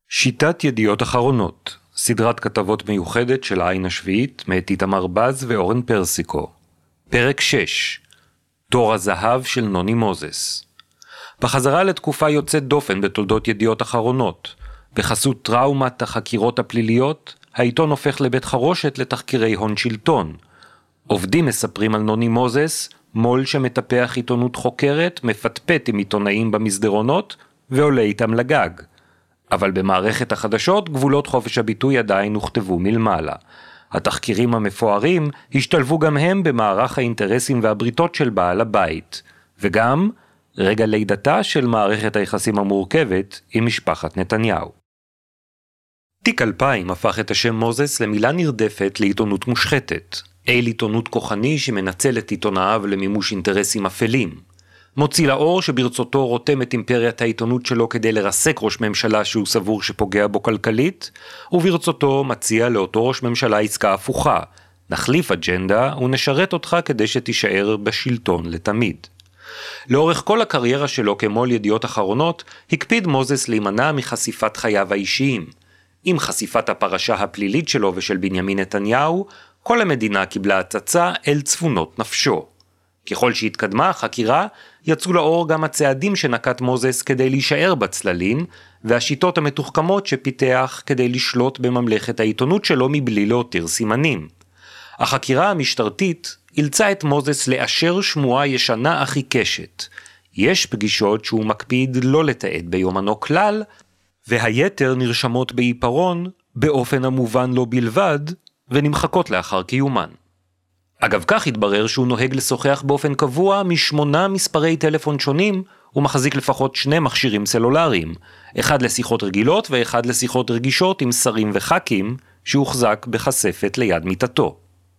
שיטת ידיעות אחרונות, סדרת כתבות מיוחדת של העין השביעית, מאת איתמר בז ואורן פרסיקו. פרק 6, תור הזהב של נוני מוזס. בחזרה לתקופה יוצאת דופן בתולדות ידיעות אחרונות. בחסות טראומת החקירות הפליליות, העיתון הופך לבית חרושת לתחקירי הון שלטון. עובדים מספרים על נוני מוזס, מול שמטפח עיתונות חוקרת, מפטפט עם עיתונאים במסדרונות ועולה איתם לגג. אבל במערכת החדשות גבולות חופש הביטוי עדיין הוכתבו מלמעלה. התחקירים המפוארים השתלבו גם הם במערך האינטרסים והבריתות של בעל הבית, וגם רגע לידתה של מערכת היחסים המורכבת עם משפחת נתניהו. תיק 2000 הפך את השם מוזס למילה נרדפת לעיתונות מושחתת, אל עיתונות כוחני שמנצל את עיתונאיו למימוש אינטרסים אפלים. מוציא לאור שברצותו רותם את אימפריית העיתונות שלו כדי לרסק ראש ממשלה שהוא סבור שפוגע בו כלכלית, וברצותו מציע לאותו ראש ממשלה עסקה הפוכה, נחליף אג'נדה ונשרת אותך כדי שתישאר בשלטון לתמיד. לאורך כל הקריירה שלו כמול ידיעות אחרונות, הקפיד מוזס להימנע מחשיפת חייו האישיים. עם חשיפת הפרשה הפלילית שלו ושל בנימין נתניהו, כל המדינה קיבלה הצצה אל צפונות נפשו. ככל שהתקדמה החקירה, יצאו לאור גם הצעדים שנקט מוזס כדי להישאר בצללים, והשיטות המתוחכמות שפיתח כדי לשלוט בממלכת העיתונות שלו מבלי להותיר סימנים. החקירה המשטרתית אילצה את מוזס לאשר שמועה ישנה אך עיקשת. יש פגישות שהוא מקפיד לא לתעד ביומנו כלל, והיתר נרשמות בעיפרון באופן המובן לו בלבד, ונמחקות לאחר קיומן. אגב כך התברר שהוא נוהג לשוחח באופן קבוע מ8 מספרי טלפון שונים, ומחזיק לפחות 2 מכשירים סלולריים, אחד לשיחות רגילות ואחד לשיחות רגישות עם שרים וח"כים, שהוחזק בחשפת ליד מיטתו.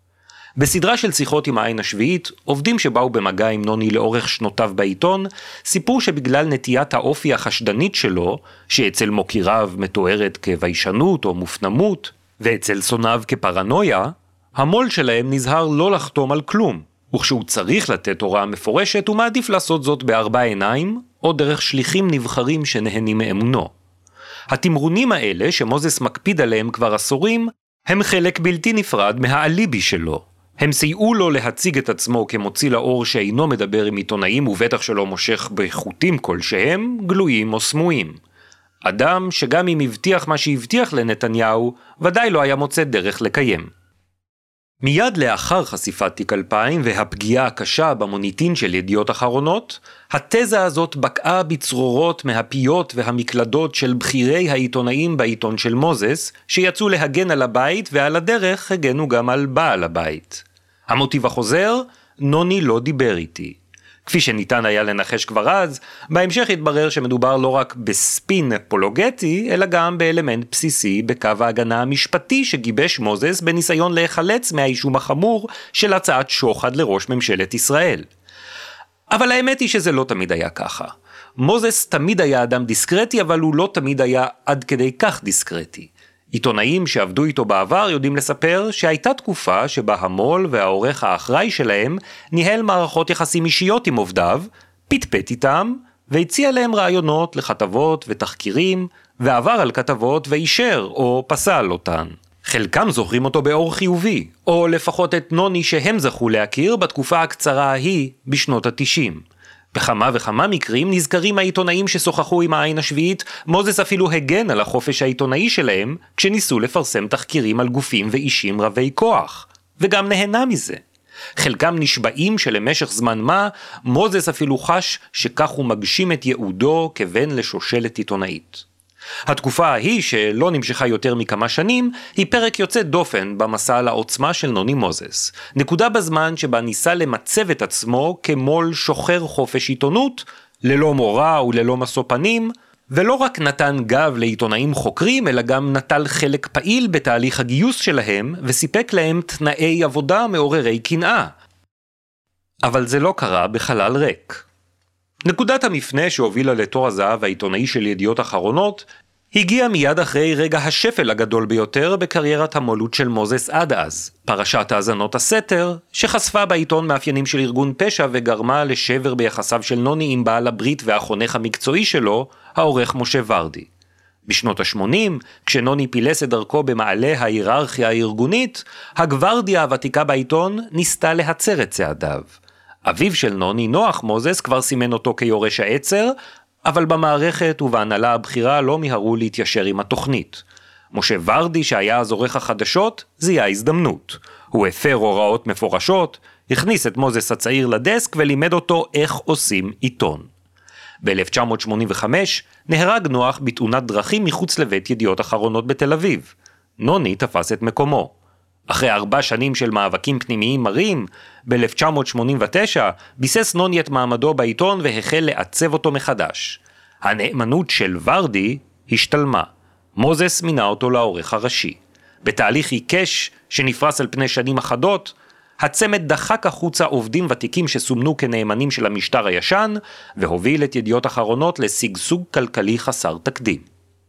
בסדרה של שיחות עם העין השביעית, עובדים שבאו במגע עם נוני לאורך שנותיו בעיתון, סיפרו שבגלל נטיית האופי החשדנית שלו, שאצל מוקיריו מתוארת כביישנות או מופנמות, ואצל שונאיו כפרנויה, המול שלהם נזהר לא לחתום על כלום, וכשהוא צריך לתת הוראה מפורשת, הוא מעדיף לעשות זאת ב4 עיניים, או דרך שליחים נבחרים שנהנים מאמונו. התמרונים האלה, שמוזס מקפיד עליהם כבר עשורים, הם חלק בלתי נפרד מהאליבי שלו. הם סייעו לו להציג את עצמו כמוציא לאור שאינו מדבר עם עיתונאים, ובטח שלא מושך בחוטים כלשהם, גלויים או סמויים. אדם שגם אם הבטיח מה שהבטיח לנתניהו, ודאי לא היה מוצא דרך לקיים. מיד לאחר חשיפת תיק 2000 והפגיעה הקשה במוניטין של ידיעות אחרונות, התזה הזאת בקעה בצרורות מהפיות והמקלדות של בכירי העיתונאים בעיתון של מוזס, שיצאו להגן על הבית ועל הדרך הגנו גם על בעל הבית. המוטיב החוזר, נוני לא דיבר איתי. כפי שניתן היה לנחש כבר אז, בהמשך התברר שמדובר לא רק בספין אפולוגטי, אלא גם באלמנט בסיסי בקו ההגנה המשפטי שגיבש מוזס בניסיון להיחלץ מהאישום החמור של הצעת שוחד לראש ממשלת ישראל. אבל האמת היא שזה לא תמיד היה ככה. מוזס תמיד היה אדם דיסקרטי, אבל הוא לא תמיד היה עד כדי כך דיסקרטי. עיתונאים שעבדו איתו בעבר יודעים לספר שהייתה תקופה שבה המול והעורך האחראי שלהם ניהל מערכות יחסים אישיות עם עובדיו, פטפט איתם והציע להם רעיונות לכתבות ותחקירים, ועבר על כתבות ואישר או פסל אותן. חלקם זוכרים אותו באור חיובי, או לפחות את נוני שהם זכו להכיר בתקופה הקצרה ההיא בשנות ה-90. בכמה וכמה מקרים נזכרים העיתונאים ששוחחו עם העין השביעית, מוזס אפילו הגן על החופש העיתונאי שלהם, כשניסו לפרסם תחקירים על גופים ואישים רבי כוח, וגם נהנה מזה. חלקם נשבעים שלמשך זמן מה, מוזס אפילו חש שכך הוא מגשים את ייעודו כבן לשושלת עיתונאית. התקופה ההיא, שלא נמשכה יותר מכמה שנים, היא פרק יוצא דופן במסע על העוצמה של נוני מוזס. נקודה בזמן שבה ניסה למצב את עצמו כמול שוחר חופש עיתונות, ללא מורא וללא משוא פנים, ולא רק נתן גב לעיתונאים חוקרים, אלא גם נטל חלק פעיל בתהליך הגיוס שלהם, וסיפק להם תנאי עבודה מעוררי קנאה. אבל זה לא קרה בחלל ריק. נקודת המפנה שהובילה לתור הזהב העיתונאי של ידיעות אחרונות, הגיע מיד אחרי רגע השפל הגדול ביותר בקריירת המולות של מוזס עד אז, פרשת האזנות הסתר, שחשפה בעיתון מאפיינים של ארגון פשע וגרמה לשבר ביחסיו של נוני עם בעל הברית והחונך המקצועי שלו, העורך משה ורדי. בשנות ה-80, כשנוני פילס את דרכו במעלה ההיררכיה הארגונית, הגוורדיה הוותיקה בעיתון ניסתה להצר את צעדיו. אביו של נוני, נוח מוזס, כבר סימן אותו כיורש העצר, אבל במערכת ובהנהלה הבכירה לא מיהרו להתיישר עם התוכנית. משה ורדי, שהיה אז עורך החדשות, זיהה הזדמנות. הוא הפר הוראות מפורשות, הכניס את מוזס הצעיר לדסק ולימד אותו איך עושים עיתון. ב-1985 נהרג נוח בתאונת דרכים מחוץ לבית ידיעות אחרונות בתל אביב. נוני תפס את מקומו. אחרי 4 שנים של מאבקים פנימיים מרים, ב-1989 ביסס נוני את מעמדו בעיתון והחל לעצב אותו מחדש. הנאמנות של ורדי השתלמה. מוזס מינה אותו לעורך הראשי. בתהליך עיקש שנפרס על פני שנים אחדות, הצמד דחק החוצה עובדים ותיקים שסומנו כנאמנים של המשטר הישן, והוביל את ידיעות אחרונות לשגשוג כלכלי חסר תקדים.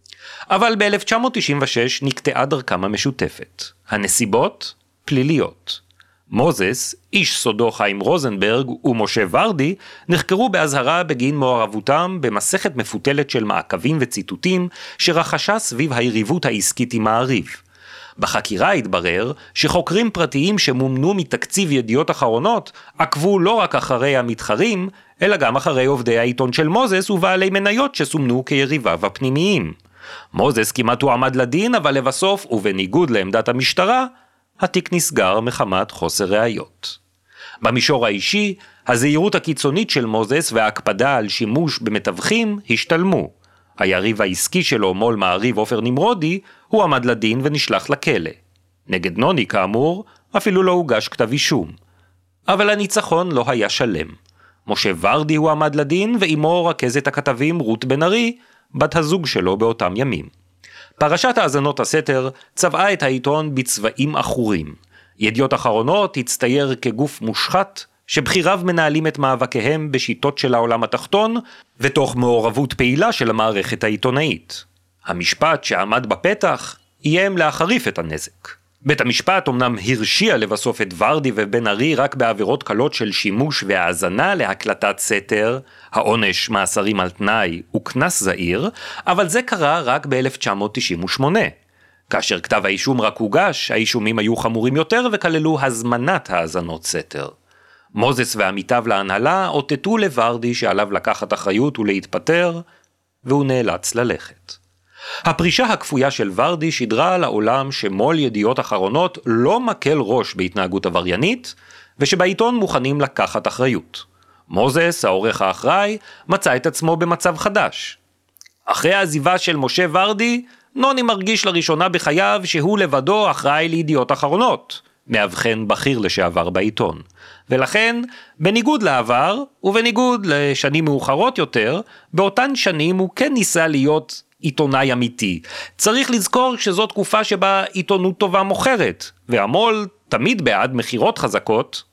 אבל ב-1996 נקטעה דרכם המשותפת. הנסיבות פליליות. מוזס, איש סודו חיים רוזנברג ומשה ורדי נחקרו בהזהרה בגין מעורבותם במסכת מפותלת של מעקבים וציטוטים שרחשה סביב היריבות העסקית עם מעריב. בחקירה התברר שחוקרים פרטיים שמומנו מתקציב ידיעות אחרונות עקבו לא רק אחרי המתחרים, אלא גם אחרי עובדי העיתון של מוזס ובעלי מניות שסומנו כיריביו הפנימיים. מוזס כמעט הועמד לדין, אבל לבסוף, ובניגוד לעמדת המשטרה, התיק נסגר מחמת חוסר ראיות. במישור האישי, הזהירות הקיצונית של מוזס וההקפדה על שימוש במתווכים השתלמו. היריב העסקי שלו, מול מעריב עופר נמרודי, הוא עמד לדין ונשלח לכלא. נגד נוני, כאמור, אפילו לא הוגש כתב אישום. אבל הניצחון לא היה שלם. משה ורדי הוא עמד לדין, ועמו רכזת הכתבים רות בן ארי, בת הזוג שלו באותם ימים. פרשת האזנות הסתר צבעה את העיתון בצבעים אחורים. ידיעות אחרונות הצטייר כגוף מושחת, שבחיריו מנהלים את מאבקיהם בשיטות של העולם התחתון, ותוך מעורבות פעילה של המערכת העיתונאית. המשפט שעמד בפתח איים להחריף את הנזק. בית המשפט אמנם הרשיע לבסוף את ורדי ובן ארי רק בעבירות קלות של שימוש והאזנה להקלטת סתר, העונש מאסרים על תנאי וקנס זעיר, אבל זה קרה רק ב-1998. כאשר כתב האישום רק הוגש, האישומים היו חמורים יותר וכללו הזמנת האזנות סתר. מוזס ועמיתיו להנהלה אותתו לוורדי שעליו לקחת אחריות ולהתפטר, והוא נאלץ ללכת. הפרישה הכפויה של ורדי שידרה לעולם שמול ידיעות אחרונות לא מקל ראש בהתנהגות עבריינית, ושבעיתון מוכנים לקחת אחריות. מוזס, העורך האחראי, מצא את עצמו במצב חדש. אחרי העזיבה של משה ורדי, נוני מרגיש לראשונה בחייו שהוא לבדו אחראי לידיעות אחרונות, מאבחן בכיר לשעבר בעיתון. ולכן, בניגוד לעבר, ובניגוד לשנים מאוחרות יותר, באותן שנים הוא כן ניסה להיות עיתונאי אמיתי. צריך לזכור שזו תקופה שבה עיתונות טובה מוכרת, והמול תמיד בעד מחירות חזקות.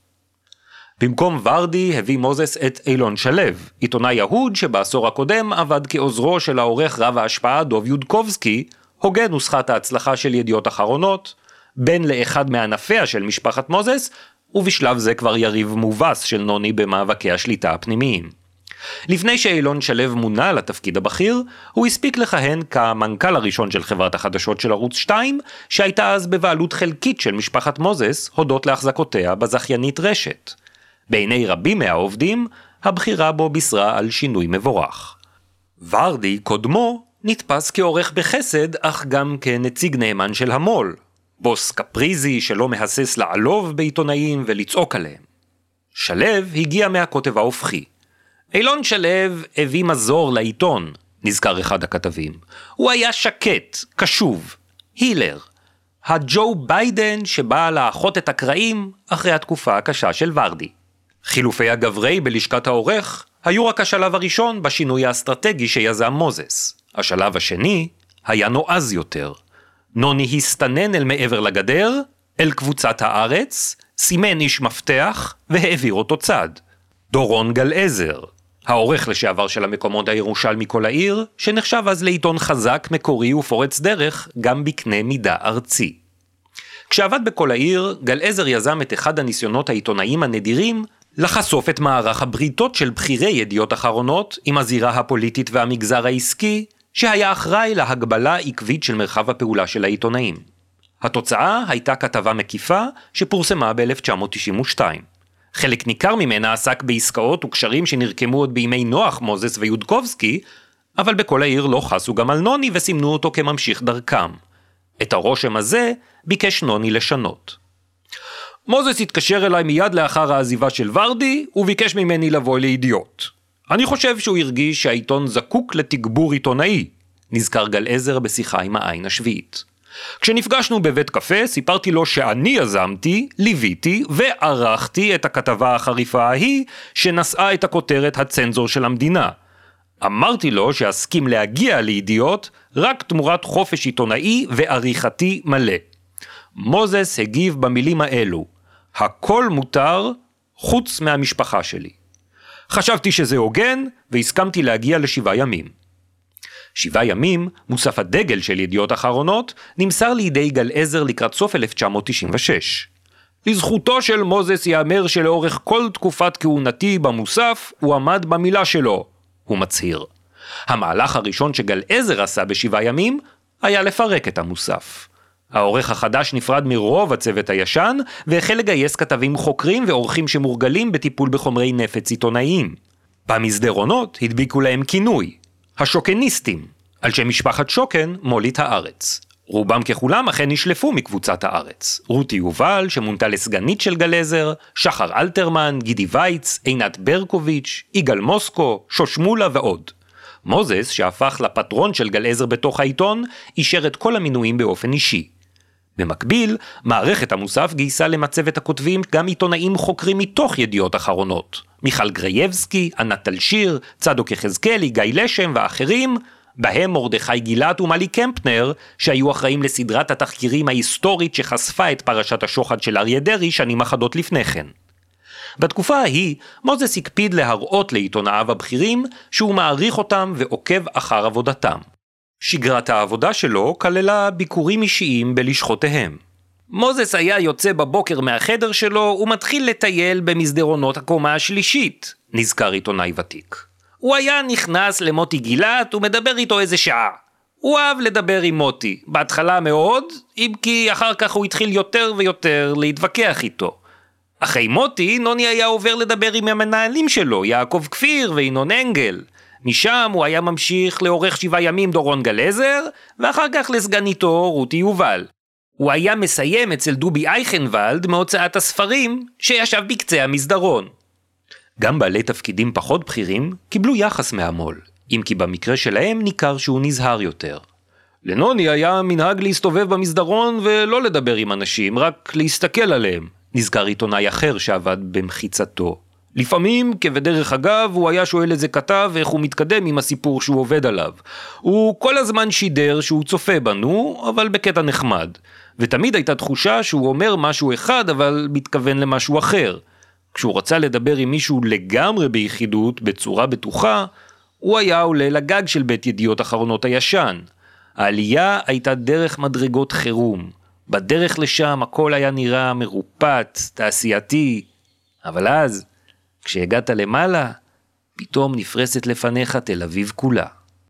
במקום ורדי הביא מוזס את אילון שלו, עיתונאי יהוד שבעשור הקודם עבד כעוזרו של העורך רב ההשפעה דוב יודקובסקי, הוגה נוסחת ההצלחה של ידיעות אחרונות, בן לאחד מענפיה של משפחת מוזס, ובשלב זה כבר יריב מובס של נוני במאבקי השליטה הפנימיים. לפני שאילון שלו מונה לתפקיד הבכיר, הוא הספיק לכהן כמנכ"ל הראשון של חברת החדשות של ערוץ 2, שהייתה אז בבעלות חלקית של משפחת מוזס, הודות להחזקותיה בזכיינית רשת. בעיני רבים מהעובדים, הבחירה בו בישרה על שינוי מבורך. ורדי, קודמו, נתפס כעורך בחסד, אך גם כנציג נאמן של המול. בוס קפריזי שלא מהסס לעלוב בעיתונאים ולצעוק עליהם. שלו הגיע מהכותב ההופכי. אילון שלו הביא מזור לעיתון, נזכר אחד הכתבים. הוא היה שקט, קשוב, הילר. הג'ו ביידן שבא לאחות את הקרעים אחרי התקופה הקשה של ורדי. חילופי הגברי בלשכת העורך היו רק השלב הראשון בשינוי האסטרטגי שיזם מוזס. השלב השני היה נועז יותר. נוני הסתנן אל מעבר לגדר, אל קבוצת הארץ, סימן איש מפתח והעביר אותו צד. דורון גלעזר, העורך לשעבר של המקומות הירושלמי כל העיר, שנחשב אז לעיתון חזק, מקורי ופורץ דרך, גם בקנה מידה ארצי. כשעבד בכל העיר, גלעזר יזם את אחד הניסיונות העיתונאיים הנדירים, לחשוף את מערך הבריתות של בחירי ידיעות אחרונות עם הזירה הפוליטית והמגזר העסקי, שהיה אחראי להגבלה עקבית של מרחב הפעולה של העיתונאים. התוצאה הייתה כתבה מקיפה שפורסמה ב-1992. חלק ניכר ממנה עסק בעסקאות וקשרים שנרקמו עוד בימי נוח, מוזס ויודקובסקי, אבל בכל העיר לא חסו גם על נוני וסימנו אותו כממשיך דרכם. את הרושם הזה ביקש נוני לשנות. מוזס התקשר אליי מיד לאחר העזיבה של ורדי, וביקש ממני לבוא לידיעות. אני חושב שהוא הרגיש שהעיתון זקוק לתגבור עיתונאי, נזכר גלעזר בשיחה עם העין השביעית. כשנפגשנו בבית קפה, סיפרתי לו שאני יזמתי, ליוויתי וערכתי את הכתבה החריפה ההיא, שנשאה את הכותרת הצנזור של המדינה. אמרתי לו שאסכים להגיע לידיעות רק תמורת חופש עיתונאי ועריכתי מלא. מוזס הגיב במילים האלו, הכל מותר חוץ מהמשפחה שלי. חשבתי שזה הוגן והסכמתי להגיע ל7 ימים. 7 ימים, מוסף הדגל של ידיעות אחרונות, נמסר לידי גלעזר לקראת סוף 1996. לזכותו של מוזס יאמר שלאורך כל תקופת כהונתי במוסף הוא עמד במילה שלו, הוא מצהיר. המהלך הראשון שגלעזר עשה ב7 ימים היה לפרק את המוסף. העורך החדש נפרד מרוב הצוות הישן והחל לגייס כתבים חוקרים ועורכים שמורגלים בטיפול בחומרי נפץ עיתונאיים. במסדרונות הדביקו להם כינוי, השוקניסטים, על שם משפחת שוקן מולית הארץ. רובם ככולם אכן נשלפו מקבוצת הארץ. רותי יובל שמונתה לסגנית של גלעזר, שחר אלתרמן, גידי וייץ, עינת ברקוביץ', יגאל מוסקו, שושמולה ועוד. מוזס שהפך לפטרון של גלעזר בתוך העיתון, אישר את כל המינויים באופן אישי. במקביל, מערכת המוסף גייסה למצבת הכותבים גם עיתונאים חוקרים מתוך ידיעות אחרונות. מיכל גרייבסקי, ענת תלשיר, צדוק יחזקאלי, גיא לשם ואחרים, בהם מרדכי גילת ומלי קמפנר, שהיו אחראים לסדרת התחקירים ההיסטורית שחשפה את פרשת השוחד של אריה דרעי שנים אחדות לפני כן. בתקופה ההיא, מוזס הקפיד להראות לעיתונאיו הבכירים שהוא מעריך אותם ועוקב אחר עבודתם. שגרת העבודה שלו כללה ביקורים אישיים בלשכותיהם. מוזס היה יוצא בבוקר מהחדר שלו ומתחיל לטייל במסדרונות הקומה השלישית, נזכר עיתונאי ותיק. הוא היה נכנס למוטי גילת ומדבר איתו איזה שעה. הוא אהב לדבר עם מוטי, בהתחלה מאוד, אם כי אחר כך הוא התחיל יותר ויותר להתווכח איתו. אחרי מוטי, נוני היה עובר לדבר עם המנהלים שלו, יעקב כפיר וינון אנגל. משם הוא היה ממשיך לאורך 7 ימים דורון גלעזר, ואחר כך לסגניתו רותי יובל. הוא היה מסיים אצל דובי אייכנוולד מהוצאת הספרים, שישב בקצה המסדרון. גם בעלי תפקידים פחות בכירים קיבלו יחס מהמול, אם כי במקרה שלהם ניכר שהוא נזהר יותר. לנוני היה מנהג להסתובב במסדרון ולא לדבר עם אנשים, רק להסתכל עליהם, נזכר עיתונאי אחר שעבד במחיצתו. לפעמים, כבדרך אגב, הוא היה שואל איזה כתב איך הוא מתקדם עם הסיפור שהוא עובד עליו. הוא כל הזמן שידר שהוא צופה בנו, אבל בקטע נחמד. ותמיד הייתה תחושה שהוא אומר משהו אחד, אבל מתכוון למשהו אחר. כשהוא רצה לדבר עם מישהו לגמרי ביחידות, בצורה בטוחה, הוא היה עולה לגג של בית ידיעות אחרונות הישן. העלייה הייתה דרך מדרגות חירום. בדרך לשם הכל היה נראה מרופט, תעשייתי. אבל אז, כשהגעת למעלה, פתאום נפרסת לפניך תל אביב כולה.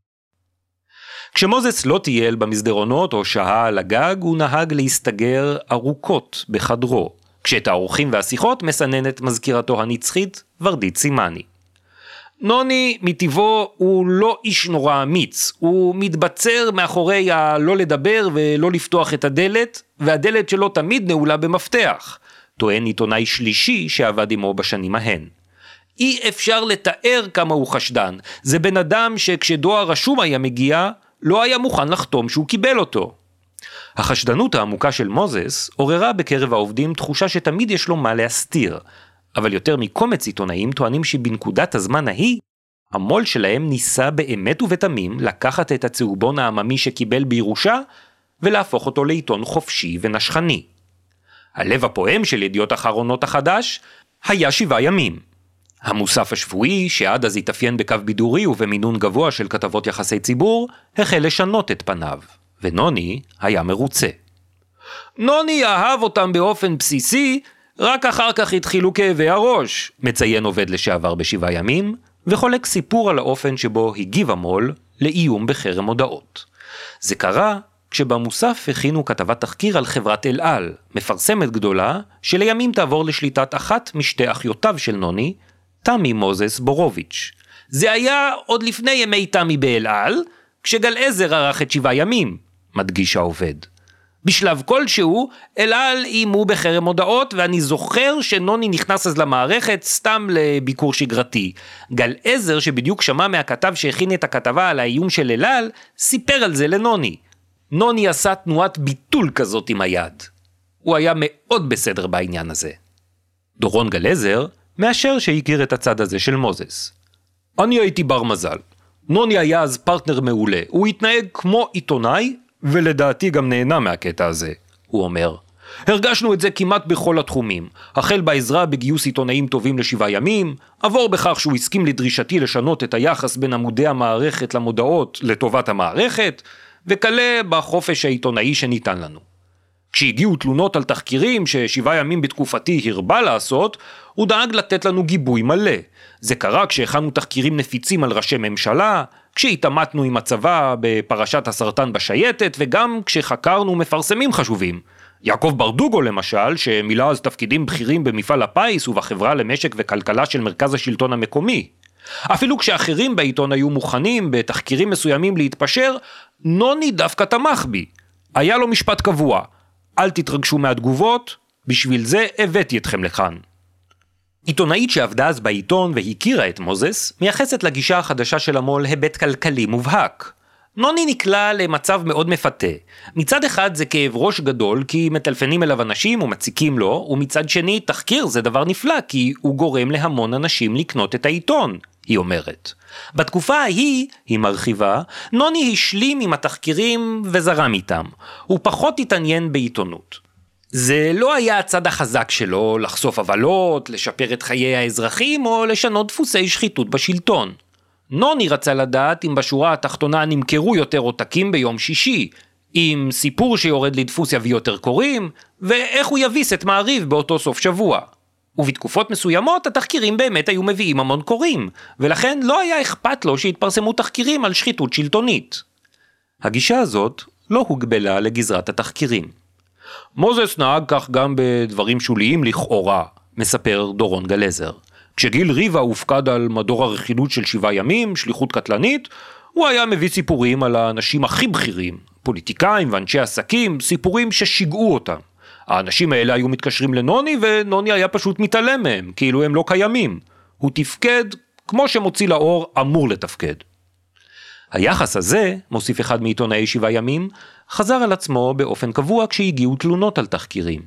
כשמוזס לא טייל במסדרונות או שהה על הגג, הוא נהג להסתגר ארוכות בחדרו, כשאת האורחים והשיחות מסננת מזכירתו הנצחית ורדית סימני. נוני מטבעו הוא לא איש נורא אמיץ, הוא מתבצר מאחורי הלא לדבר ולא לפתוח את הדלת, והדלת שלו תמיד נעולה במפתח, טוען עיתונאי שלישי שעבד עמו בשנים ההן. אי אפשר לתאר כמה הוא חשדן, זה בן אדם שכשדואר רשום היה מגיע, לא היה מוכן לחתום שהוא קיבל אותו. החשדנות העמוקה של מוזס עוררה בקרב העובדים תחושה שתמיד יש לו מה להסתיר, אבל יותר מקומץ עיתונאים טוענים שבנקודת הזמן ההיא, המול שלהם ניסה באמת ובתמים לקחת את הצהובון העממי שקיבל בירושה, ולהפוך אותו לעיתון חופשי ונשכני. הלב הפועם של ידיעות אחרונות החדש היה 7 ימים. המוסף השבועי, שעד אז התאפיין בקו בידורי ובמינון גבוה של כתבות יחסי ציבור, החל לשנות את פניו, ונוני היה מרוצה. נוני אהב אותם באופן בסיסי, רק אחר כך התחילו כאבי הראש, מציין עובד לשעבר ב7 ימים, וחולק סיפור על האופן שבו הגיב המול לאיום בחרם הודעות. זה קרה כשבמוסף הכינו כתבת תחקיר על חברת אל על, מפרסמת גדולה, שלימים תעבור לשליטת אחת משתי אחיותיו של נוני, תמי מוזס בורוביץ'. זה היה עוד לפני ימי תמי באל על, כשגל עזר ערך את 7 ימים, מדגיש העובד. בשלב כלשהו, אל על איימו בחרם הודעות, ואני זוכר שנוני נכנס אז למערכת סתם לביקור שגרתי. גל עזר, שבדיוק שמע מהכתב שהכין את הכתבה על האיום של אל על, סיפר על זה לנוני. נוני עשה תנועת ביטול כזאת עם היד. הוא היה מאוד בסדר בעניין הזה. דורון גל עזר מאשר שהכיר את הצד הזה של מוזס. אני הייתי בר מזל. נוני היה אז פרטנר מעולה. הוא התנהג כמו עיתונאי, ולדעתי גם נהנה מהקטע הזה, הוא אומר. הרגשנו את זה כמעט בכל התחומים, החל בעזרה בגיוס עיתונאים טובים ל7 ימים, עבור בכך שהוא הסכים לדרישתי לשנות את היחס בין עמודי המערכת למודעות לטובת המערכת, וכלה בחופש העיתונאי שניתן לנו. כשהגיעו תלונות על תחקירים ש7 ימים בתקופתי הרבה לעשות, הוא דאג לתת לנו גיבוי מלא. זה קרה כשהכנו תחקירים נפיצים על ראשי ממשלה, כשהתעמתנו עם הצבא בפרשת הסרטן בשייטת, וגם כשחקרנו מפרסמים חשובים. יעקב ברדוגו למשל, שמילא אז תפקידים בכירים במפעל הפיס ובחברה למשק וכלכלה של מרכז השלטון המקומי. אפילו כשאחרים בעיתון היו מוכנים בתחקירים מסוימים להתפשר, נוני דווקא תמך בי. היה לו משפט קבוע, אל תתרגשו מהתגובות, בשביל זה הבאתי אתכם לכאן. עיתונאית שעבדה אז בעיתון והכירה את מוזס, מייחסת לגישה החדשה של המול היבט כלכלי מובהק. נוני נקלע למצב מאוד מפתה. מצד אחד זה כאב ראש גדול כי מטלפנים אליו אנשים ומציקים לו, ומצד שני תחקיר זה דבר נפלא כי הוא גורם להמון אנשים לקנות את העיתון, היא אומרת. בתקופה ההיא, היא מרחיבה, נוני השלים עם התחקירים וזרם איתם. הוא פחות התעניין בעיתונות. זה לא היה הצד החזק שלו לחשוף הבלות, לשפר את חיי האזרחים או לשנות דפוסי שחיתות בשלטון. נוני רצה לדעת אם בשורה התחתונה נמכרו יותר עותקים ביום שישי, אם סיפור שיורד לדפוס יביא יותר קוראים, ואיך הוא יביס את מעריב באותו סוף שבוע. ובתקופות מסוימות התחקירים באמת היו מביאים המון קוראים, ולכן לא היה אכפת לו שהתפרסמו תחקירים על שחיתות שלטונית. הגישה הזאת לא הוגבלה לגזרת התחקירים. מוזס נהג כך גם בדברים שוליים לכאורה, מספר דורון גל עזר. כשגיל ריבה הופקד על מדור הרכילות של 7 ימים, שליחות קטלנית, הוא היה מביא סיפורים על האנשים הכי בכירים, פוליטיקאים ואנשי עסקים, סיפורים ששיגעו אותם. האנשים האלה היו מתקשרים לנוני, ונוני היה פשוט מתעלם מהם, כאילו הם לא קיימים. הוא תפקד כמו שמוציא לאור אמור לתפקד. היחס הזה, מוסיף אחד מעיתונאי 7 ימים, חזר על עצמו באופן קבוע כשהגיעו תלונות על תחקירים.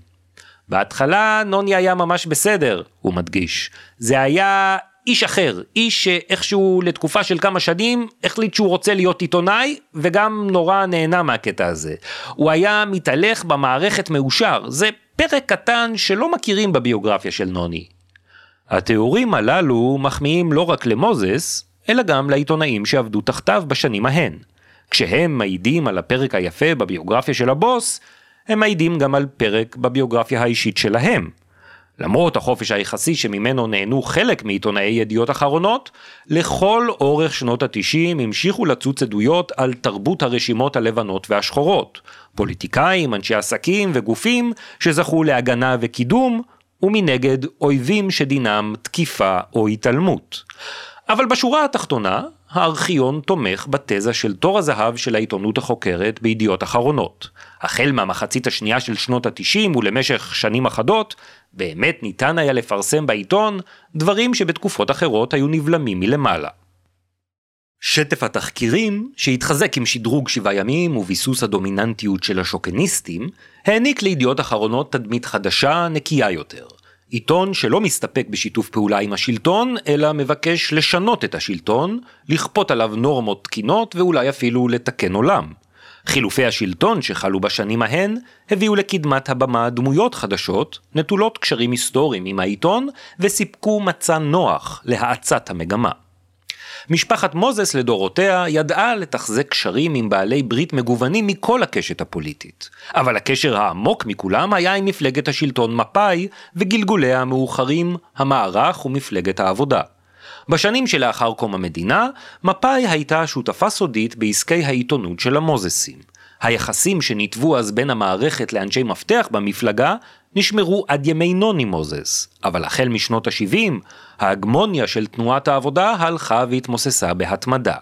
בהתחלה נוני היה ממש בסדר, הוא מדגיש. זה היה איש אחר, איש שאיכשהו לתקופה של כמה שנים החליט שהוא רוצה להיות עיתונאי, וגם נורא נהנה מהקטע הזה. הוא היה מתהלך במערכת מאושר, זה פרק קטן שלא מכירים בביוגרפיה של נוני. התיאורים הללו מחמיאים לא רק למוזס, אלא גם לעיתונאים שעבדו תחתיו בשנים ההן. כשהם מעידים על הפרק היפה בביוגרפיה של הבוס, הם מעידים גם על פרק בביוגרפיה האישית שלהם. למרות החופש היחסי שממנו נהנו חלק מעיתונאי ידיעות אחרונות, לכל אורך שנות ה-90 המשיכו לצוץ עדויות על תרבות הרשימות הלבנות והשחורות, פוליטיקאים, אנשי עסקים וגופים שזכו להגנה וקידום, ומנגד אויבים שדינם תקיפה או התעלמות. אבל בשורה התחתונה, הארכיון תומך בתזה של תור הזהב של העיתונות החוקרת בידיעות אחרונות. החל מהמחצית השנייה של שנות ה-90 ולמשך שנים אחדות, באמת ניתן היה לפרסם בעיתון דברים שבתקופות אחרות היו נבלמים מלמעלה. שטף התחקירים, שהתחזק עם שדרוג 7 ימים וביסוס הדומיננטיות של השוקניסטים, העניק לידיעות אחרונות תדמית חדשה נקייה יותר. עיתון שלא מסתפק בשיתוף פעולה עם השלטון, אלא מבקש לשנות את השלטון, לכפות עליו נורמות תקינות ואולי אפילו לתקן עולם. חילופי השלטון שחלו בשנים ההן, הביאו לקדמת הבמה דמויות חדשות, נטולות קשרים היסטוריים עם העיתון, וסיפקו מצע נוח להאצת המגמה. משפחת מוזס לדורותיה ידעה לתחזק קשרים עם בעלי ברית מגוונים מכל הקשת הפוליטית. אבל הקשר העמוק מכולם היה עם מפלגת השלטון מפא"י וגלגוליה המאוחרים, המערך ומפלגת העבודה. בשנים שלאחר קום המדינה, מפא"י הייתה שותפה סודית בעסקי העיתונות של המוזסים. היחסים שנתבו אז בין המערכת לאנשי מפתח במפלגה נשמרו עד ימי נוני מוזס, אבל החל משנות ה-70, ההגמוניה של תנועת העבודה הלכה והתמוססה בהתמדה.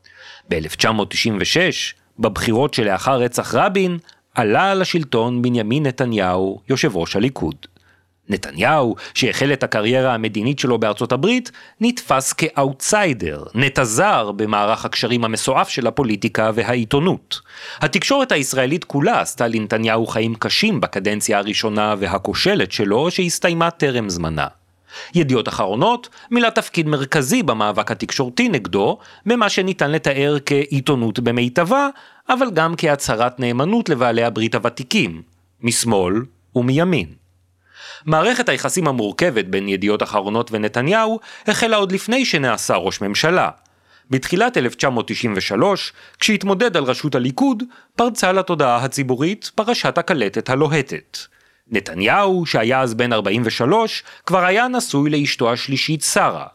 ב-1996, בבחירות שלאחר רצח רבין, עלה על השלטון בנימין נתניהו, יושב ראש הליכוד. נתניהו, שהחל את הקריירה המדינית שלו בארצות הברית, נתפס כאוטסיידר, נתזר במערך הקשרים המסועף של הפוליטיקה והעיתונות. התקשורת הישראלית כולה עשתה לנתניהו חיים קשים בקדנציה הראשונה והכושלת שלו, שהסתיימה טרם זמנה. ידיעות אחרונות מילא תפקיד מרכזי במאבק התקשורתי נגדו, במה שניתן לתאר כעיתונות במיטבה, אבל גם כהצהרת נאמנות לבעלי הברית הוותיקים, משמאל ומימין. מערכת היחסים המורכבת בין ידיעות אחרונות ונתניהו החלה עוד לפני שנעשה ראש ממשלה. בתחילת 1993, כשהתמודד על ראשות הליכוד, פרצה לתודעה הציבורית פרשת הקלטת הלוהטת. נתניהו, שהיה אז בן 43, כבר היה נשוי לאשתו השלישית שרה.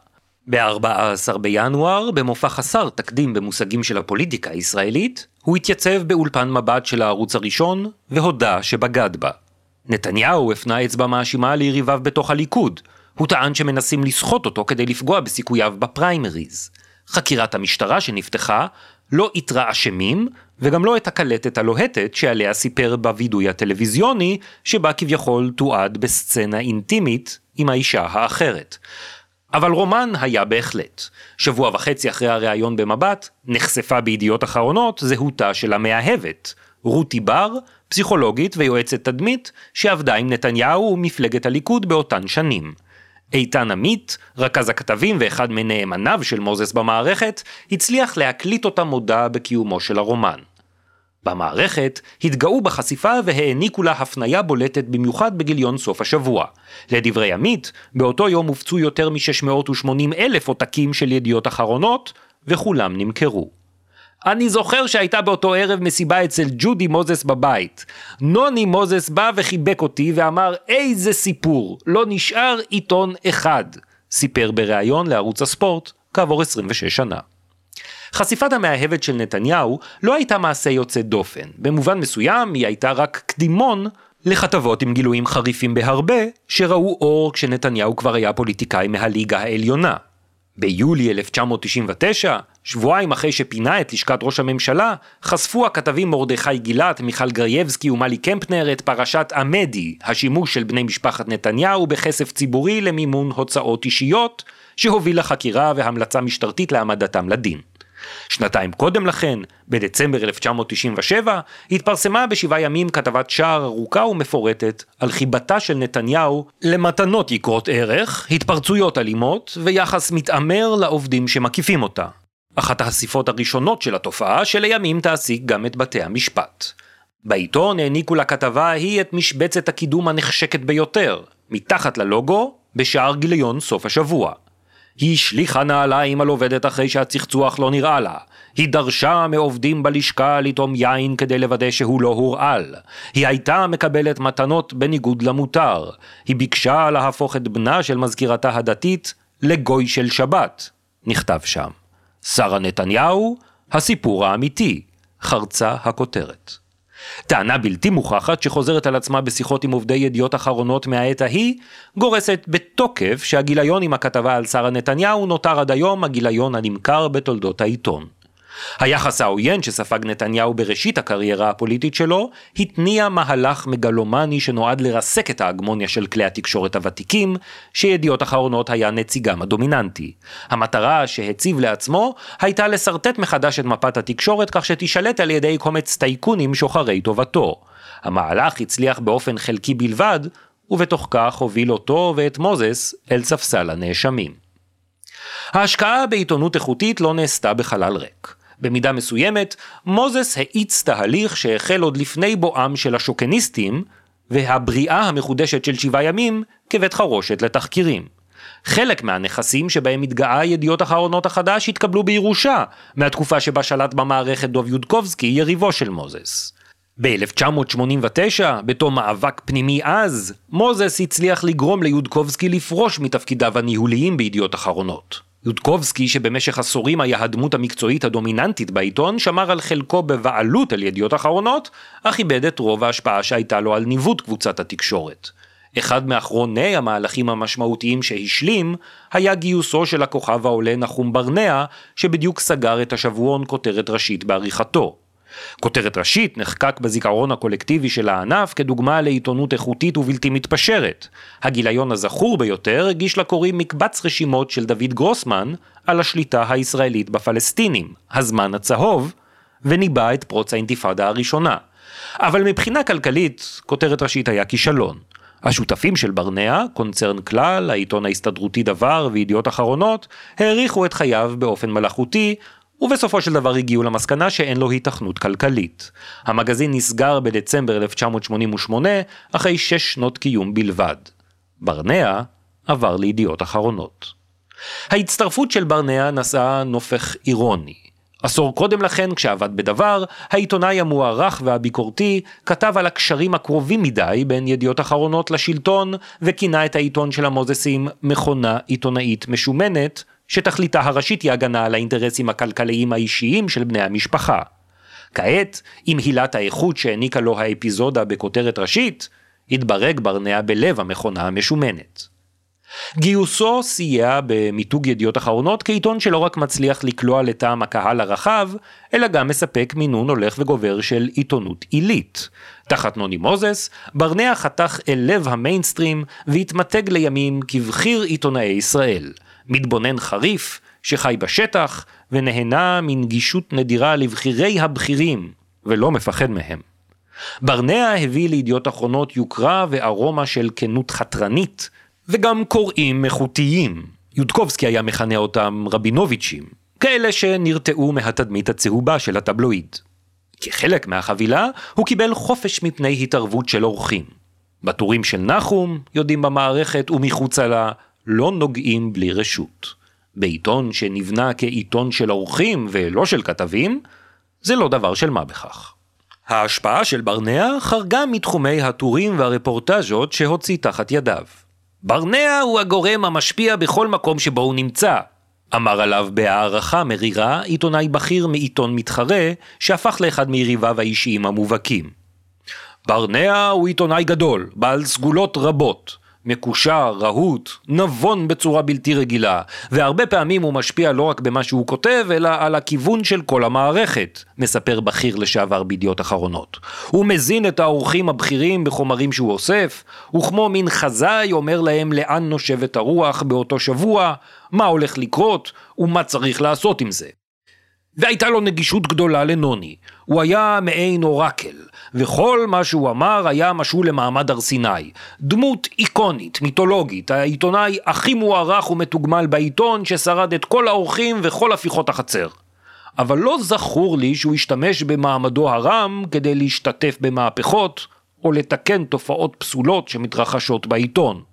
ב-14 בינואר, במופע חסר תקדים במושגים של הפוליטיקה הישראלית, הוא התייצב באולפן מבט של הערוץ הראשון והודה שבגד בה. נתניהו הפנה אצבע מאשימה ליריביו בתוך הליכוד. הוא טען שמנסים לסחוט אותו כדי לפגוע בסיכוייו בפריימריז. חקירת המשטרה שנפתחה לא איתרה אשמים, וגם לא את הקלטת הלוהטת שעליה סיפר בווידוי הטלוויזיוני, שבה כביכול תועד בסצנה אינטימית עם האישה האחרת. אבל רומן היה בהחלט. שבוע וחצי אחרי הראיון במבט, נחשפה בידיעות אחרונות זהותה של המאהבת, רותי בר, פסיכולוגית ויועצת תדמית, שעבדה עם נתניהו ומפלגת הליכוד באותן שנים. איתן עמית, רכז הכתבים ואחד מנאמניו של מוזס במערכת, הצליח להקליט אותה מודה בקיומו של הרומן. במערכת התגאו בחשיפה והעניקו לה הפניה בולטת במיוחד בגיליון סוף השבוע. לדברי עמית, באותו יום הופצו יותר מ-680,000 עותקים של ידיעות אחרונות, וכולם נמכרו. אני זוכר שהייתה באותו ערב מסיבה אצל ג'ודי מוזס בבית. נוני מוזס בא וחיבק אותי ואמר, איזה סיפור, לא נשאר עיתון אחד, סיפר בריאיון לערוץ הספורט כעבור 26 שנה. חשיפת המאהבת של נתניהו לא הייתה מעשה יוצא דופן. במובן מסוים היא הייתה רק קדימון לכתבות עם גילויים חריפים בהרבה, שראו אור כשנתניהו כבר היה פוליטיקאי מהליגה העליונה. ביולי 1999, שבועיים אחרי שפינה את לשכת ראש הממשלה, חשפו הכתבים מרדכי גילת, מיכל גרייבסקי ומלי קמפנר את פרשת עמדי, השימוש של בני משפחת נתניהו בכסף ציבורי למימון הוצאות אישיות, שהוביל לחקירה והמלצה משטרתית להעמדתם לדין. שנתיים קודם לכן, בדצמבר 1997, התפרסמה ב7 ימים כתבת שער ארוכה ומפורטת על חיבתה של נתניהו למתנות יקרות ערך, התפרצויות אלימות ויחס מתאמר לעובדים שמקיפים אותה. אחת החשיפות הראשונות של התופעה שלימים תעסיק גם את בתי המשפט. בעיתון העניקו לכתבה ההיא את משבצת הקידום הנחשקת ביותר, מתחת ללוגו, בשער גיליון סוף השבוע. היא שליחה נעליים על עובדת אחרי שהצחצוח לא נראה לה. היא דרשה מעובדים בלשכה לטעום יין כדי לוודא שהוא לא הורעל. היא הייתה מקבלת מתנות בניגוד למותר. היא ביקשה להפוך את בנה של מזכירתה הדתית לגוי של שבת. נכתב שם. שרה נתניהו, הסיפור האמיתי, חרצה הכותרת. טענה בלתי מוכחת שחוזרת על עצמה בשיחות עם עובדי ידיעות אחרונות מהעת ההיא, גורסת בתוקף שהגיליון עם הכתבה על שרה נתניהו נותר עד היום הגיליון הנמכר בתולדות העיתון. היחס העוין שספג נתניהו בראשית הקריירה הפוליטית שלו, התניע מהלך מגלומני שנועד לרסק את ההגמוניה של כלי התקשורת הוותיקים, שידיעות אחרונות היה נציגם הדומיננטי. המטרה שהציב לעצמו הייתה לסרטט מחדש את מפת התקשורת כך שתשלט על ידי קומץ טייקונים שוחרי טובתו. המהלך הצליח באופן חלקי בלבד, ובתוך כך הוביל אותו ואת מוזס אל ספסל הנאשמים. ההשקעה בעיתונות איכותית לא נעשתה בחלל ריק. במידה מסוימת, מוזס האיץ תהליך שהחל עוד לפני בואם של השוקניסטים, והבריאה המחודשת של 7 ימים כבית חרושת לתחקירים. חלק מהנכסים שבהם התגאה ידיעות אחרונות החדש התקבלו בירושה, מהתקופה שבה שלט במערכת דוב יודקובסקי, יריבו של מוזס. ב-1989, בתום מאבק פנימי אז, מוזס הצליח לגרום ליודקובסקי לפרוש מתפקידיו הניהוליים בידיעות אחרונות. יודקובסקי, שבמשך עשורים היה הדמות המקצועית הדומיננטית בעיתון, שמר על חלקו בבעלות על ידיעות אחרונות, אך איבד את רוב ההשפעה שהייתה לו על ניווט קבוצת התקשורת. אחד מאחרוני המהלכים המשמעותיים שהשלים, היה גיוסו של הכוכב העולה נחום ברנע, שבדיוק סגר את השבועון כותרת ראשית בעריכתו. כותרת ראשית נחקק בזיכרון הקולקטיבי של הענף כדוגמה לעיתונות איכותית ובלתי מתפשרת. הגיליון הזכור ביותר הגיש לקוראים מקבץ רשימות של דוד גרוסמן על השליטה הישראלית בפלסטינים, הזמן הצהוב, וניבא את פרוץ האינתיפאדה הראשונה. אבל מבחינה כלכלית, כותרת ראשית היה כישלון. השותפים של ברנע, קונצרן כלל, העיתון ההסתדרותי דבר וידיעות אחרונות, העריכו את חייו באופן מלאכותי, ובסופו של דבר הגיעו למסקנה שאין לו היתכנות כלכלית. המגזין נסגר בדצמבר 1988, אחרי 6 שנות קיום בלבד. ברנע עבר לידיעות אחרונות. ההצטרפות של ברנע נשאה נופך אירוני. עשור קודם לכן, כשעבד בדבר, העיתונאי המוערך והביקורתי כתב על הקשרים הקרובים מדי בין ידיעות אחרונות לשלטון, וכינה את העיתון של המוזסים מכונה עיתונאית משומנת, שתכליתה הראשית היא הגנה על האינטרסים הכלכליים האישיים של בני המשפחה. כעת, עם הילת האיכות שהעניקה לו האפיזודה בכותרת ראשית, התברג ברנע בלב המכונה המשומנת. גיוסו סייע במיתוג ידיעות אחרונות כעיתון שלא רק מצליח לקלוע לטעם הקהל הרחב, אלא גם מספק מינון הולך וגובר של עיתונות עילית. תחת נוני מוזס, ברנע חתך אל לב המיינסטרים והתמתג לימים כבחיר עיתונאי ישראל. מתבונן חריף שחי בשטח ונהנה מנגישות נדירה לבחירי הבחירים ולא מפחד מהם. ברנע הביא לידיעות אחרונות יוקרה וארומה של כנות חתרנית וגם קוראים איכותיים. יודקובסקי היה מכנה אותם רבינוביצ'ים, כאלה שנרתעו מהתדמית הצהובה של הטבלואיד. כחלק מהחבילה הוא קיבל חופש מפני התערבות של אורחים. בטורים של נחום, יודעים במערכת ומחוצה לה, לא נוגעים בלי רשות. בעיתון שנבנה כעיתון של אורחים ולא של כתבים, זה לא דבר של מה בכך. ההשפעה של ברנע חרגה מתחומי הטורים והרפורטז'ות שהוציא תחת ידיו. ברנע הוא הגורם המשפיע בכל מקום שבו הוא נמצא, אמר עליו בהערכה מרירה עיתונאי בכיר מעיתון מתחרה שהפך לאחד מיריביו האישיים המובהקים. ברנע הוא עיתונאי גדול, בעל סגולות רבות, מקושר, רהוט, נבון בצורה בלתי רגילה, והרבה פעמים הוא משפיע לא רק במה שהוא כותב, אלא על הכיוון של כל המערכת, מספר בכיר לשעבר בידיעות אחרונות. הוא מזין את האורחים הבכירים בחומרים שהוא אוסף, וכמו מין חזאי אומר להם לאן נושבת הרוח באותו שבוע, מה הולך לקרות ומה צריך לעשות עם זה. והייתה לו נגישות גדולה לנוני. הוא היה מעין אורקל, וכל מה שהוא אמר היה משהו למעמד הר סיני. דמות איקונית, מיתולוגית, העיתונאי הכי מוערך ומתוגמל בעיתון ששרד את כל האורחים וכל הפיכות החצר. אבל לא זכור לי שהוא השתמש במעמדו הרם כדי להשתתף במהפכות או לתקן תופעות פסולות שמתרחשות בעיתון.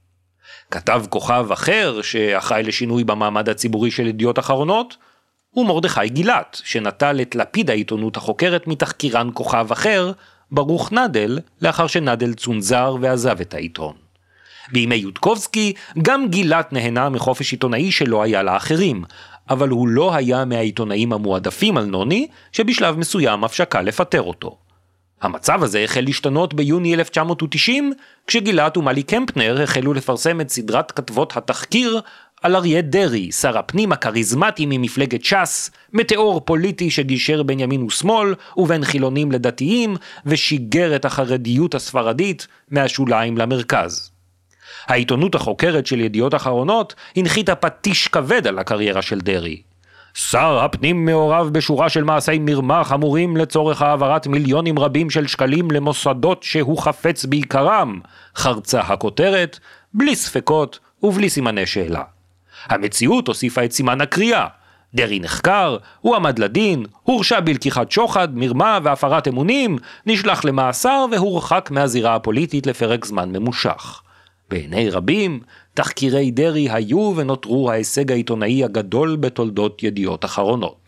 כתב כוכב אחר שאחראי לשינוי במעמד הציבורי של ידיעות אחרונות, הוא מרדכי גילת, שנטל את לפיד העיתונות החוקרת מתחקירן כוכב אחר, ברוך נדל, לאחר שנדל צונזר ועזב את העיתון. בימי יודקובסקי, גם גילת נהנה מחופש עיתונאי שלא היה לאחרים, אבל הוא לא היה מהעיתונאים המועדפים על נוני, שבשלב מסוים אף שקל לפטר אותו. המצב הזה החל להשתנות ביוני 1990, כשגילת ומלי קמפנר החלו לפרסם את סדרת כתבות התחקיר על אריה דרעי, שר הפנים הקריזמטי ממפלגת ש"ס, מטאור פוליטי שגישר בין ימין ושמאל ובין חילונים לדתיים, ושיגר את החרדיות הספרדית מהשוליים למרכז. העיתונות החוקרת של ידיעות אחרונות הנחיתה פטיש כבד על הקריירה של דרעי. שר הפנים מעורב בשורה של מעשי מרמה חמורים לצורך העברת מיליונים רבים של שקלים למוסדות שהוא חפץ בעיקרם, חרצה הכותרת, בלי ספקות ובלי סימני שאלה. המציאות הוסיפה את סימן הקריאה. דרעי נחקר, הוא עמד לדין, הורשע בלקיחת שוחד, מרמה והפרת אמונים, נשלח למאסר והורחק מהזירה הפוליטית לפרק זמן ממושך. בעיני רבים, תחקירי דרעי היו ונותרו ההישג העיתונאי הגדול בתולדות ידיעות אחרונות.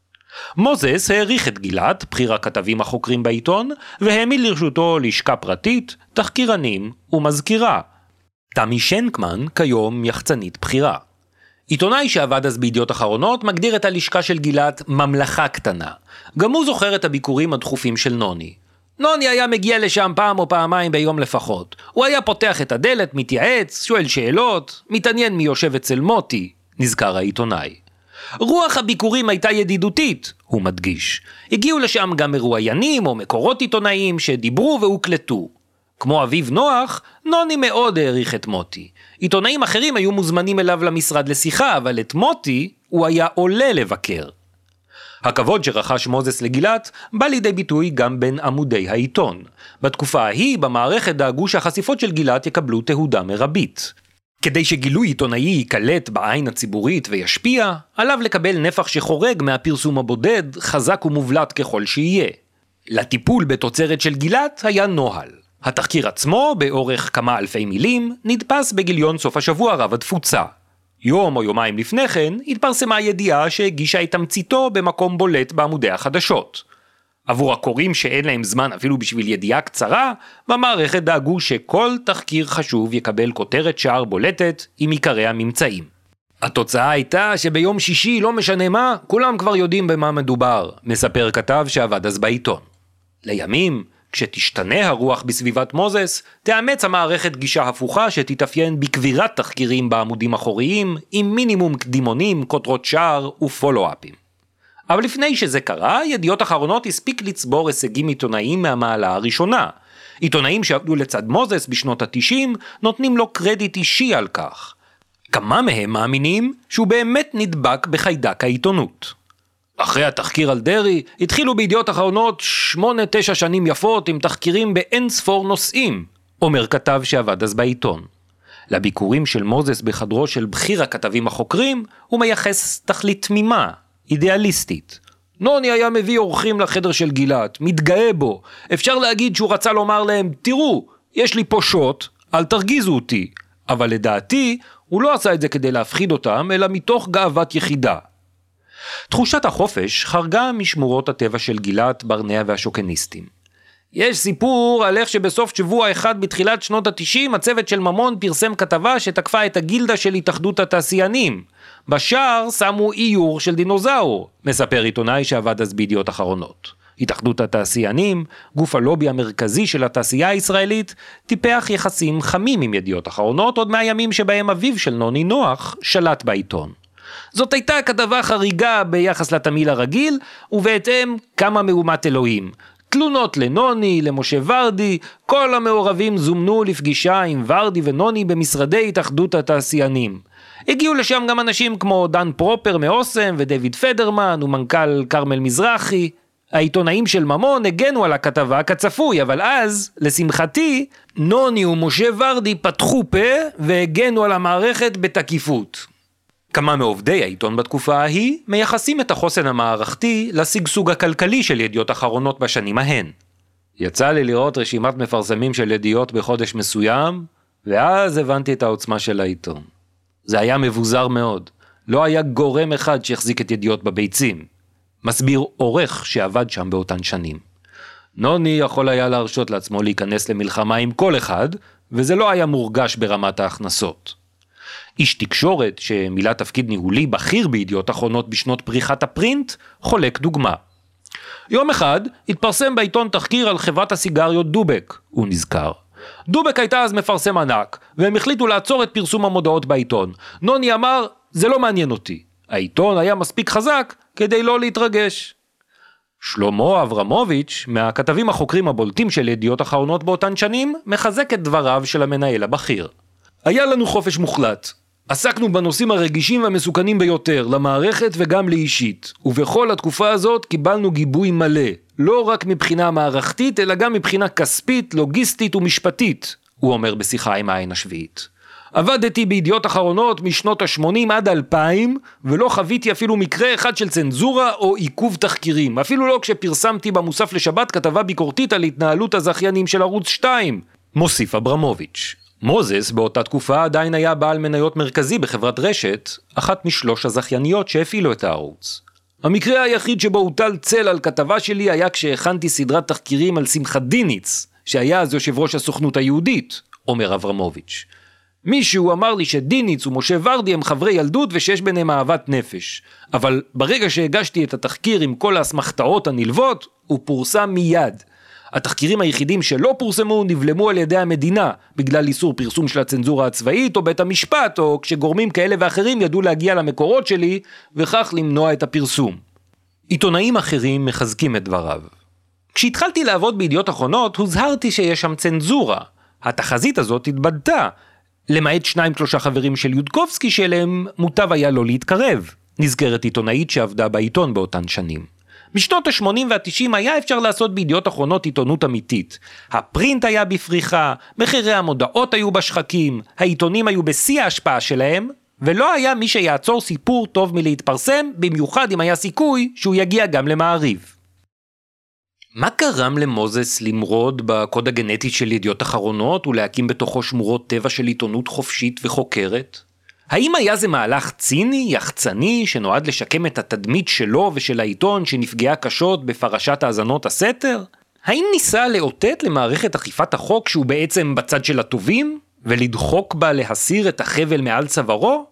מוזס העריך את גילת, בחיר הכתבים החוקרים בעיתון, והעמיד לרשותו לשכה פרטית, תחקירנים ומזכירה. תמי שנקמן כיום יחצנית בחירה. עיתונאי שעבד אז בידיעות אחרונות מגדיר את הלשכה של גילת ממלכה קטנה. גם הוא זוכר את הביקורים הדחופים של נוני. נוני היה מגיע לשם פעם או פעמיים ביום לפחות. הוא היה פותח את הדלת, מתייעץ, שואל שאלות, מתעניין מי יושב אצל מוטי, נזכר העיתונאי. רוח הביקורים הייתה ידידותית, הוא מדגיש. הגיעו לשם גם מרואיינים או מקורות עיתונאיים שדיברו והוקלטו. כמו אביו נוח, נוני מאוד העריך את מוטי. עיתונאים אחרים היו מוזמנים אליו למשרד לשיחה, אבל את מוטי הוא היה עולה לבקר. הכבוד שרכש מוזס לגילת בא לידי ביטוי גם בין עמודי העיתון. בתקופה ההיא במערכת דאגו שהחשיפות של גילת יקבלו תהודה מרבית. כדי שגילוי עיתונאי ייקלט בעין הציבורית וישפיע, עליו לקבל נפח שחורג מהפרסום הבודד, חזק ומובלט ככל שיהיה. לטיפול בתוצרת של גילת היה נוהל. התחקיר עצמו, באורך כמה אלפי מילים, נדפס בגיליון סוף השבוע רב התפוצה. יום או יומיים לפני כן, התפרסמה ידיעה שהגישה את תמציתו במקום בולט בעמודי החדשות. עבור הקוראים שאין להם זמן אפילו בשביל ידיעה קצרה, במערכת דאגו שכל תחקיר חשוב יקבל כותרת שער בולטת עם עיקרי הממצאים. התוצאה הייתה שביום שישי, לא משנה מה, כולם כבר יודעים במה מדובר, מספר כתב שעבד אז בעיתון. לימים, כשתשתנה הרוח בסביבת מוזס, תאמץ המערכת גישה הפוכה שתתאפיין בקבירת תחקירים בעמודים אחוריים, עם מינימום קדימונים, כותרות שער ופולו-אפים. אבל לפני שזה קרה, ידיעות אחרונות הספיק לצבור הישגים עיתונאיים מהמעלה הראשונה. עיתונאים שעבדו לצד מוזס בשנות ה-90 נותנים לו קרדיט אישי על כך. כמה מהם מאמינים שהוא באמת נדבק בחיידק העיתונות. אחרי התחקיר על דרי, התחילו בידיעות אחרונות 8-9 שנים יפות עם תחקירים באין ספור נושאים, אומר כתב שעבד אז בעיתון. לביקורים של מוזס בחדרו של בכיר הכתבים החוקרים, הוא מייחס תכלית תמימה, אידיאליסטית. נוני היה מביא אורחים לחדר של גילת, מתגאה בו. אפשר להגיד שהוא רצה לומר להם, תראו, יש לי פה שוט, אל תרגיזו אותי. אבל לדעתי, הוא לא עשה את זה כדי להפחיד אותם, אלא מתוך גאוות יחידה. תחושת החופש חרגה משמורות הטבע של גילת, ברנע והשוקניסטים. יש סיפור על איך שבסוף שבוע אחד בתחילת שנות ה-90 הצוות של ממון פרסם כתבה שתקפה את הגילדה של התאחדות התעשיינים. בשער שמו איור של דינוזאור, מספר עיתונאי שעבד אז בידיעות אחרונות. התאחדות התעשיינים, גוף הלובי המרכזי של התעשייה הישראלית, טיפח יחסים חמים עם ידיעות אחרונות עוד מהימים שבהם אביו של נוני נוח שלט בעיתון. זאת הייתה כתבה חריגה ביחס לתמיל הרגיל, ובהתאם כמה מהומת אלוהים. תלונות לנוני, למשה ורדי, כל המעורבים זומנו לפגישה עם ורדי ונוני במשרדי התאחדות התעשיינים. הגיעו לשם גם אנשים כמו דן פרופר מאוסם ודויד פדרמן ומנכ"ל קרמל מזרחי. העיתונאים של ממון הגנו על הכתבה כצפוי, אבל אז, לשמחתי, נוני ומשה ורדי פתחו פה והגנו על המערכת בתקיפות. כמה מעובדי העיתון בתקופה ההיא מייחסים את החוסן המערכתי לסגסוג הכלכלי של ידיעות אחרונות בשנים ההן. יצא לי לראות רשימת מפרסמים של ידיעות בחודש מסוים, ואז הבנתי את העוצמה של העיתון. זה היה מבוזר מאוד. לא היה גורם אחד שהחזיק את ידיעות בביצים. מסביר עורך שעבד שם באותן שנים. נוני יכול היה להרשות לעצמו להיכנס למלחמה עם כל אחד, וזה לא היה מורגש ברמת ההכנסות. איש תקשורת שמילא תפקיד ניהולי בכיר בידיעות אחרונות בשנות פריחת הפרינט, חולק דוגמה. יום אחד התפרסם בעיתון תחקיר על חברת הסיגריות דובק, הוא נזכר. דובק הייתה אז מפרסם ענק, והם החליטו לעצור את פרסום המודעות בעיתון. נוני אמר, זה לא מעניין אותי. העיתון היה מספיק חזק כדי לא להתרגש. שלמה אברמוביץ', מהכתבים החוקרים הבולטים של ידיעות אחרונות באותן שנים, מחזק את דבריו של המנהל הבכיר. היה לנו חופש מוחלט. עסקנו בנושאים הרגישים והמסוכנים ביותר, למערכת וגם לאישית. ובכל התקופה הזאת קיבלנו גיבוי מלא, לא רק מבחינה מערכתית, אלא גם מבחינה כספית, לוגיסטית ומשפטית, הוא אומר בשיחה עם העין השביעית. עבדתי בידיעות אחרונות משנות ה-80 עד 2000, ולא חוויתי אפילו מקרה אחד של צנזורה או עיכוב תחקירים, אפילו לא כשפרסמתי במוסף לשבת כתבה ביקורתית על התנהלות הזכיינים של ערוץ 2, מוסיף אברמוביץ'. מוזס באותה תקופה עדיין היה בעל מניות מרכזי בחברת רשת, אחת משלוש הזכייניות שהפעילו את הערוץ. המקרה היחיד שבו הוטל צל על כתבה שלי היה כשהכנתי סדרת תחקירים על שמחה דיניץ, שהיה אז יושב ראש הסוכנות היהודית, אומר אברמוביץ'. מישהו אמר לי שדיניץ ומשה ורדי הם חברי ילדות ושיש ביניהם אהבת נפש. אבל ברגע שהגשתי את התחקיר עם כל האסמכתאות הנלוות, הוא פורסם מיד. התחקירים היחידים שלא פורסמו נבלמו על ידי המדינה, בגלל איסור פרסום של הצנזורה הצבאית או בית המשפט, או כשגורמים כאלה ואחרים ידעו להגיע למקורות שלי, וכך למנוע את הפרסום. עיתונאים אחרים מחזקים את דבריו. כשהתחלתי לעבוד בידיעות אחרונות, הוזהרתי שיש שם צנזורה. התחזית הזאת התבדתה, למעט 2-3 חברים של יודקובסקי שאליהם מוטב היה לא להתקרב, נזכרת עיתונאית שעבדה בעיתון באותן שנים. בשנות ה-80 וה-90 היה אפשר לעשות בידיעות אחרונות עיתונות אמיתית. הפרינט היה בפריחה, מחירי המודעות היו בשחקים, העיתונים היו בשיא ההשפעה שלהם, ולא היה מי שיעצור סיפור טוב מלהתפרסם, במיוחד אם היה סיכוי שהוא יגיע גם למעריב. מה גרם למוזס למרוד בקוד הגנטי של ידיעות אחרונות ולהקים בתוכו שמורות טבע של עיתונות חופשית וחוקרת? האם היה זה מהלך ציני, יחצני, שנועד לשקם את התדמית שלו ושל העיתון שנפגעה קשות בפרשת האזנות הסתר? האם ניסה לאותת למערכת אכיפת החוק שהוא בעצם בצד של הטובים, ולדחוק בה להסיר את החבל מעל צווארו?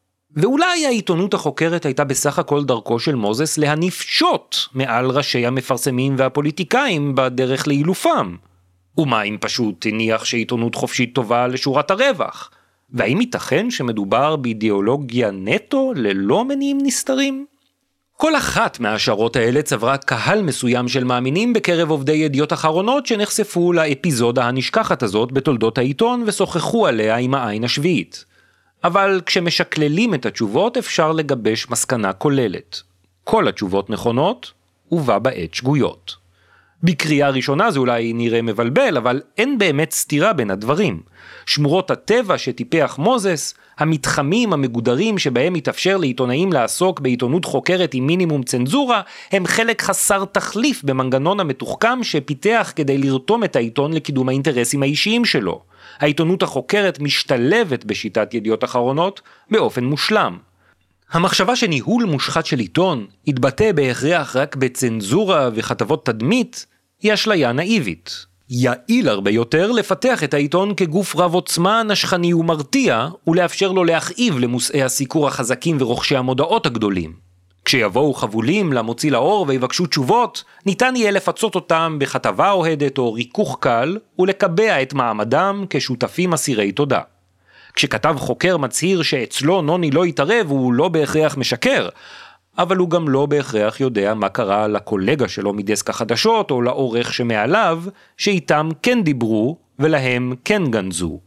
ואולי העיתונות החוקרת הייתה בסך הכל דרכו של מוזס להניף שוט מעל ראשי המפרסמים והפוליטיקאים בדרך לאילופם. ומה אם פשוט הניח שעיתונות חופשית טובה לשורת הרווח? והאם ייתכן שמדובר באידיאולוגיה נטו ללא מניעים נסתרים? כל אחת מההשערות האלה צברה קהל מסוים של מאמינים בקרב עובדי ידיעות אחרונות שנחשפו לאפיזודה הנשכחת הזאת בתולדות העיתון ושוחחו עליה עם העין השביעית. אבל כשמשקללים את התשובות אפשר לגבש מסקנה כוללת. כל התשובות נכונות ובה בעת שגויות. בקריאה ראשונה זה אולי נראה מבלבל, אבל אין באמת סתירה בין הדברים. שמורות הטבע שטיפח מוזס, המתחמים המגודרים שבהם מתאפשר לעיתונאים לעסוק בעיתונות חוקרת עם מינימום צנזורה, הם חלק חסר תחליף במנגנון המתוחכם שפיתח כדי לרתום את העיתון לקידום האינטרסים האישיים שלו. העיתונות החוקרת משתלבת בשיטת ידיעות אחרונות באופן מושלם. המחשבה שניהול מושחת של עיתון יתבטא בהכרח רק בצנזורה וכתבות תדמית היא אשליה נאיבית. יעיל הרבה יותר לפתח את העיתון כגוף רב עוצמה, נשכני ומרתיע, ולאפשר לו להכאיב למושאי הסיקור החזקים ורוכשי המודעות הגדולים. כשיבואו חבולים למוציא לאור ויבקשו תשובות, ניתן יהיה לפצות אותם בכתבה אוהדת או ריכוך קל, ולקבע את מעמדם כשותפים אסירי תודה. כשכתב חוקר מצהיר שאצלו נוני לא יתערב, הוא לא בהכרח משקר, אבל הוא גם לא בהכרח יודע מה קרה לקולגה שלו מדסק החדשות או לעורך שמעליו, שאיתם כן דיברו ולהם כן גנזו.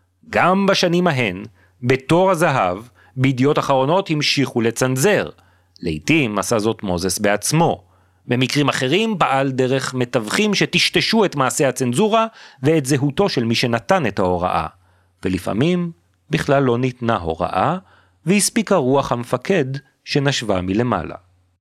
גם בשנים ההן, בתור הזהב, בידיעות אחרונות המשיכו לצנזר. לעתים עשה זאת מוזס בעצמו. במקרים אחרים פעל דרך מתווכים שטשטשו את מעשה הצנזורה ואת זהותו של מי שנתן את ההוראה. ולפעמים בכלל לא ניתנה הוראה, והספיקה רוח המפקד שנשבה מלמעלה.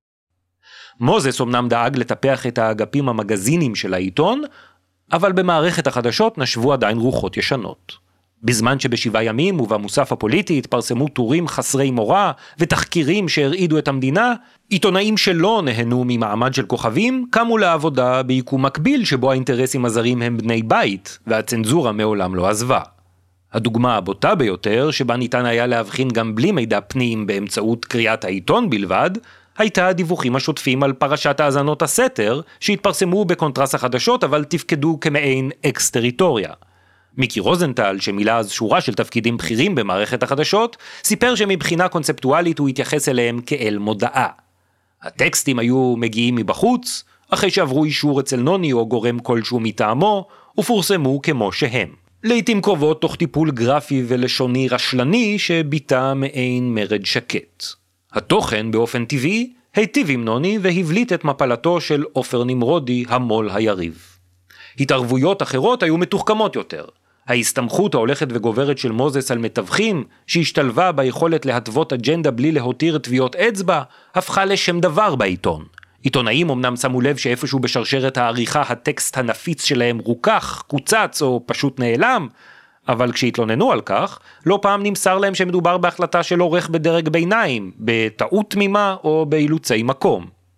מוזס אמנם דאג לטפח את האגפים המגזינים של העיתון, אבל במערכת החדשות נשבו עדיין רוחות ישנות. בזמן שבשבעה ימים ובמוסף הפוליטי התפרסמו טורים חסרי מורא ותחקירים שהרעידו את המדינה, עיתונאים שלא נהנו ממעמד של כוכבים קמו לעבודה ביקום מקביל שבו האינטרסים הזרים הם בני בית והצנזורה מעולם לא עזבה. הדוגמה הבוטה ביותר, שבה ניתן היה להבחין גם בלי מידע פנים באמצעות קריאת העיתון בלבד, הייתה הדיווחים השוטפים על פרשת האזנות הסתר, שהתפרסמו בקונטרס החדשות אבל תפקדו כמעין אקס-טריטוריה. מיקי רוזנטל, שמילא אז שורה של תפקידים בכירים במערכת החדשות, סיפר שמבחינה קונספטואלית הוא התייחס אליהם כאל מודעה. הטקסטים היו מגיעים מבחוץ, אחרי שעברו אישור אצל נוני או גורם כלשהו מטעמו, ופורסמו כמו שהם. לעתים קרובות תוך טיפול גרפי ולשוני רשלני שביטא מעין מרד שקט. התוכן באופן טבעי היטיב עם נוני והבליט את מפלתו של עופר נמרודי המול היריב. התערבויות אחרות היו מתוחכמות יותר. ההסתמכות ההולכת וגוברת של מוזס על מתווכים שהשתלבה ביכולת להתוות אג'נדה בלי להותיר טביעות אצבע הפכה לשם דבר בעיתון. עיתונאים אמנם שמו לב שאיפשהו בשרשרת העריכה הטקסט הנפיץ שלהם רוכך, קוצץ או פשוט נעלם, אבל כשהתלוננו על כך, לא פעם נמסר להם שמדובר בהחלטה של עורך בדרג ביניים, בטעות תמימה או באילוצי מקום.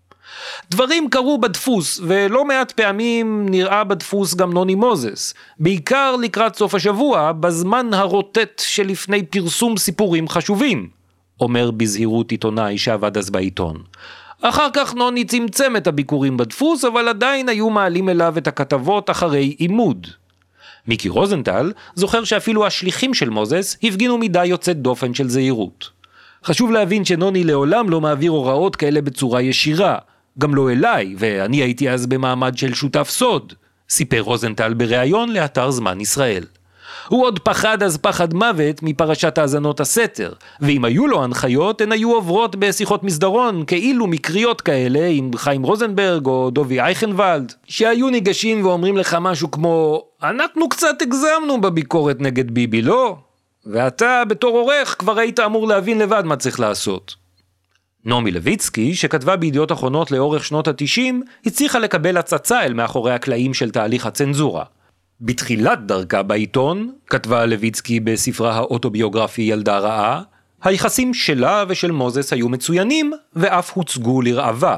דברים קרו בדפוס, ולא מעט פעמים נראה בדפוס גם נוני מוזס, בעיקר לקראת סוף השבוע, בזמן הרוטט שלפני פרסום סיפורים חשובים, אומר בזהירות עיתונאי שעבד אז בעיתון. אחר כך נוני צמצם את הביקורים בדפוס, אבל עדיין היו מעלים אליו את הכתבות אחרי עימוד. מיקי רוזנטל זוכר שאפילו השליחים של מוזס הפגינו מידה יוצאת דופן של זהירות. חשוב להבין שנוני לעולם לא מעביר הוראות כאלה בצורה ישירה, גם לא אליי, ואני הייתי אז במעמד של שותף סוד, סיפר רוזנטל בריאיון לאתר זמן ישראל. הוא עוד פחד אז פחד מוות מפרשת האזנות הסתר, ואם היו לו הנחיות, הן היו עוברות בשיחות מסדרון, כאילו מקריות כאלה, עם חיים רוזנברג או דובי אייכנוולד, שהיו ניגשים ואומרים לך משהו כמו, אנחנו קצת הגזמנו בביקורת נגד ביבי, לא? ואתה בתור עורך כבר היית אמור להבין לבד מה צריך לעשות. נעמי לויצקי, שכתבה בידיעות אחרונות לאורך שנות ה-90, הצליחה לקבל הצצה אל מאחורי הקלעים של תהליך הצנזורה. בתחילת דרכה בעיתון, כתבה לויצקי בספרה האוטוביוגרפי ילדה רעה, היחסים שלה ושל מוזס היו מצוינים ואף הוצגו לרעבה.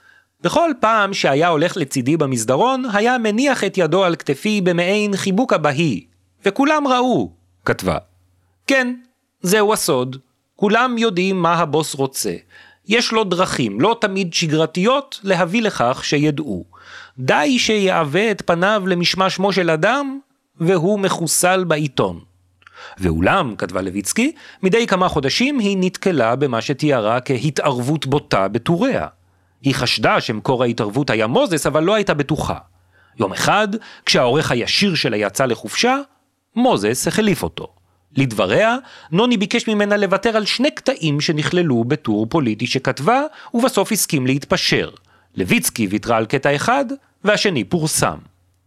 בכל פעם שהיה הולך לצידי במסדרון, היה מניח את ידו על כתפי במעין חיבוק אבהי, וכולם ראו, כתבה. כן, זהו הסוד, כולם יודעים מה הבוס רוצה. יש לו דרכים, לא תמיד שגרתיות, להביא לכך שידעו. די שיעווה את פניו למשמע שמו של אדם, והוא מחוסל בעיתון. ואולם, כתבה לויצקי, מדי כמה חודשים היא נתקלה במה שתיארה כהתערבות בוטה בתוריה. היא חשדה שמקור ההתערבות היה מוזס, אבל לא הייתה בטוחה. יום אחד, כשהעורך הישיר שלה יצא לחופשה, מוזס החליף אותו. לדבריה, נוני ביקש ממנה לוותר על 2 קטעים שנכללו בטור פוליטי שכתבה, ובסוף הסכים להתפשר. לויצקי ויתרה על קטע אחד, והשני פורסם.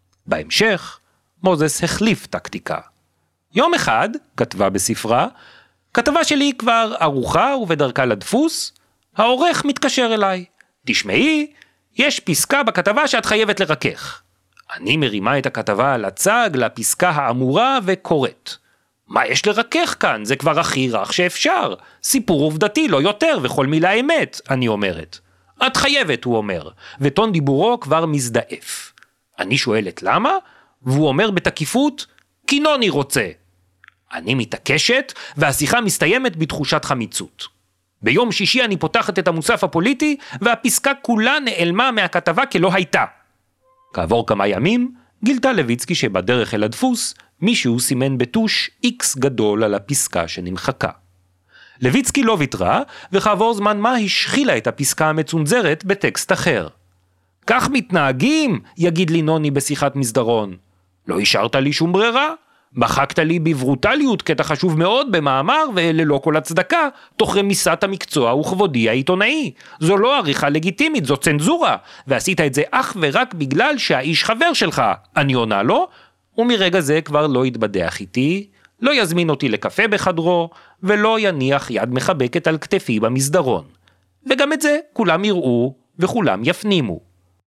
בהמשך, מוזס החליף טקטיקה. יום אחד, כתבה בספרה, כתבה שלי כבר ערוכה ובדרכה לדפוס, העורך מתקשר אליי. תשמעי, יש פסקה בכתבה שאת חייבת לרכך. אני מרימה את הכתבה על הצג לפסקה האמורה וקוראת. מה יש לרכך כאן? זה כבר הכי רך שאפשר. סיפור עובדתי, לא יותר, וכל מילה אמת, אני אומרת. את חייבת, הוא אומר, וטון דיבורו כבר מזדעף. אני שואלת למה? והוא אומר בתקיפות, כי נוני רוצה. אני מתעקשת, והשיחה מסתיימת בתחושת חמיצות. ביום שישי אני פותחת את המוסף הפוליטי, והפסקה כולה נעלמה מהכתבה כלא הייתה. כעבור כמה ימים, גילתה לויצקי שבדרך אל הדפוס, מישהו סימן בטוש X גדול על הפסקה שנמחקה. לויצקי לא ויתרה, וכעבור זמן מה השחילה את הפסקה המצונזרת בטקסט אחר. כך מתנהגים, יגיד לי נוני בשיחת מסדרון. לא השארת לי שום ברירה, מחקת לי בברוטליות קטע חשוב מאוד במאמר וללא כל הצדקה, תוך רמיסת המקצוע וכבודי העיתונאי. זו לא עריכה לגיטימית, זו צנזורה, ועשית את זה אך ורק בגלל שהאיש חבר שלך. אני עונה לו, ומרגע זה כבר לא יתבדח איתי, לא יזמין אותי לקפה בחדרו, ולא יניח יד מחבקת על כתפי במסדרון. וגם את זה כולם יראו וכולם יפנימו.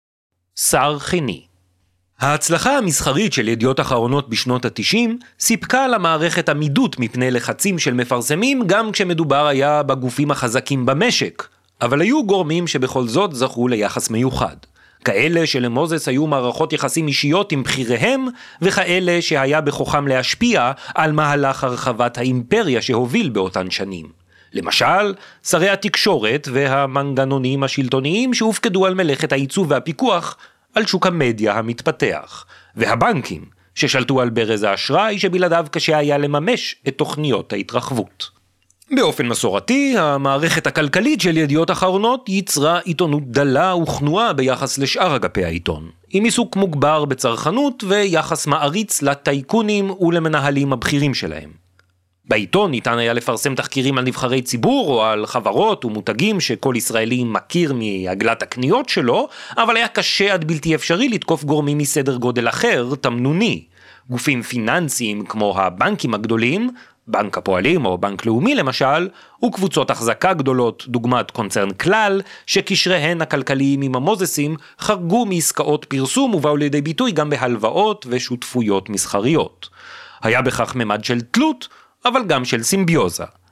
שר חני. ההצלחה המסחרית של ידיעות אחרונות בשנות ה-90 סיפקה למערכת עמידות מפני לחצים של מפרסמים גם כשמדובר היה בגופים החזקים במשק, אבל היו גורמים שבכל זאת זכו ליחס מיוחד. כאלה שלמוזס היו מערכות יחסים אישיות עם בחיריהם, וכאלה שהיה בכוחם להשפיע על מהלך הרחבת האימפריה שהוביל באותן שנים. למשל, שרי התקשורת והמנגנונים השלטוניים שהופקדו על מלאכת העיצוב והפיקוח על שוק המדיה המתפתח, והבנקים ששלטו על ברז האשראי שבלעדיו קשה היה לממש את תוכניות ההתרחבות. באופן מסורתי, המערכת הכלכלית של ידיעות אחרונות יצרה עיתונות דלה וכנועה ביחס לשאר אגפי העיתון, עם עיסוק מוגבר בצרכנות ויחס מעריץ לטייקונים ולמנהלים הבכירים שלהם. בעיתון ניתן היה לפרסם תחקירים על נבחרי ציבור או על חברות ומותגים שכל ישראלי מכיר מעגלת הקניות שלו, אבל היה קשה עד בלתי אפשרי לתקוף גורמים מסדר גודל אחר, תמנוני. גופים פיננסיים כמו הבנקים הגדולים, בנק הפועלים או בנק לאומי למשל, וקבוצות החזקה גדולות דוגמת קונצרן כלל, שקשריהן הכלכליים עם המוזסים חרגו מעסקאות פרסום ובאו לידי ביטוי גם בהלוואות ושותפויות מסחריות. היה בכך ממד של תלות, אבל גם של סימביוזה.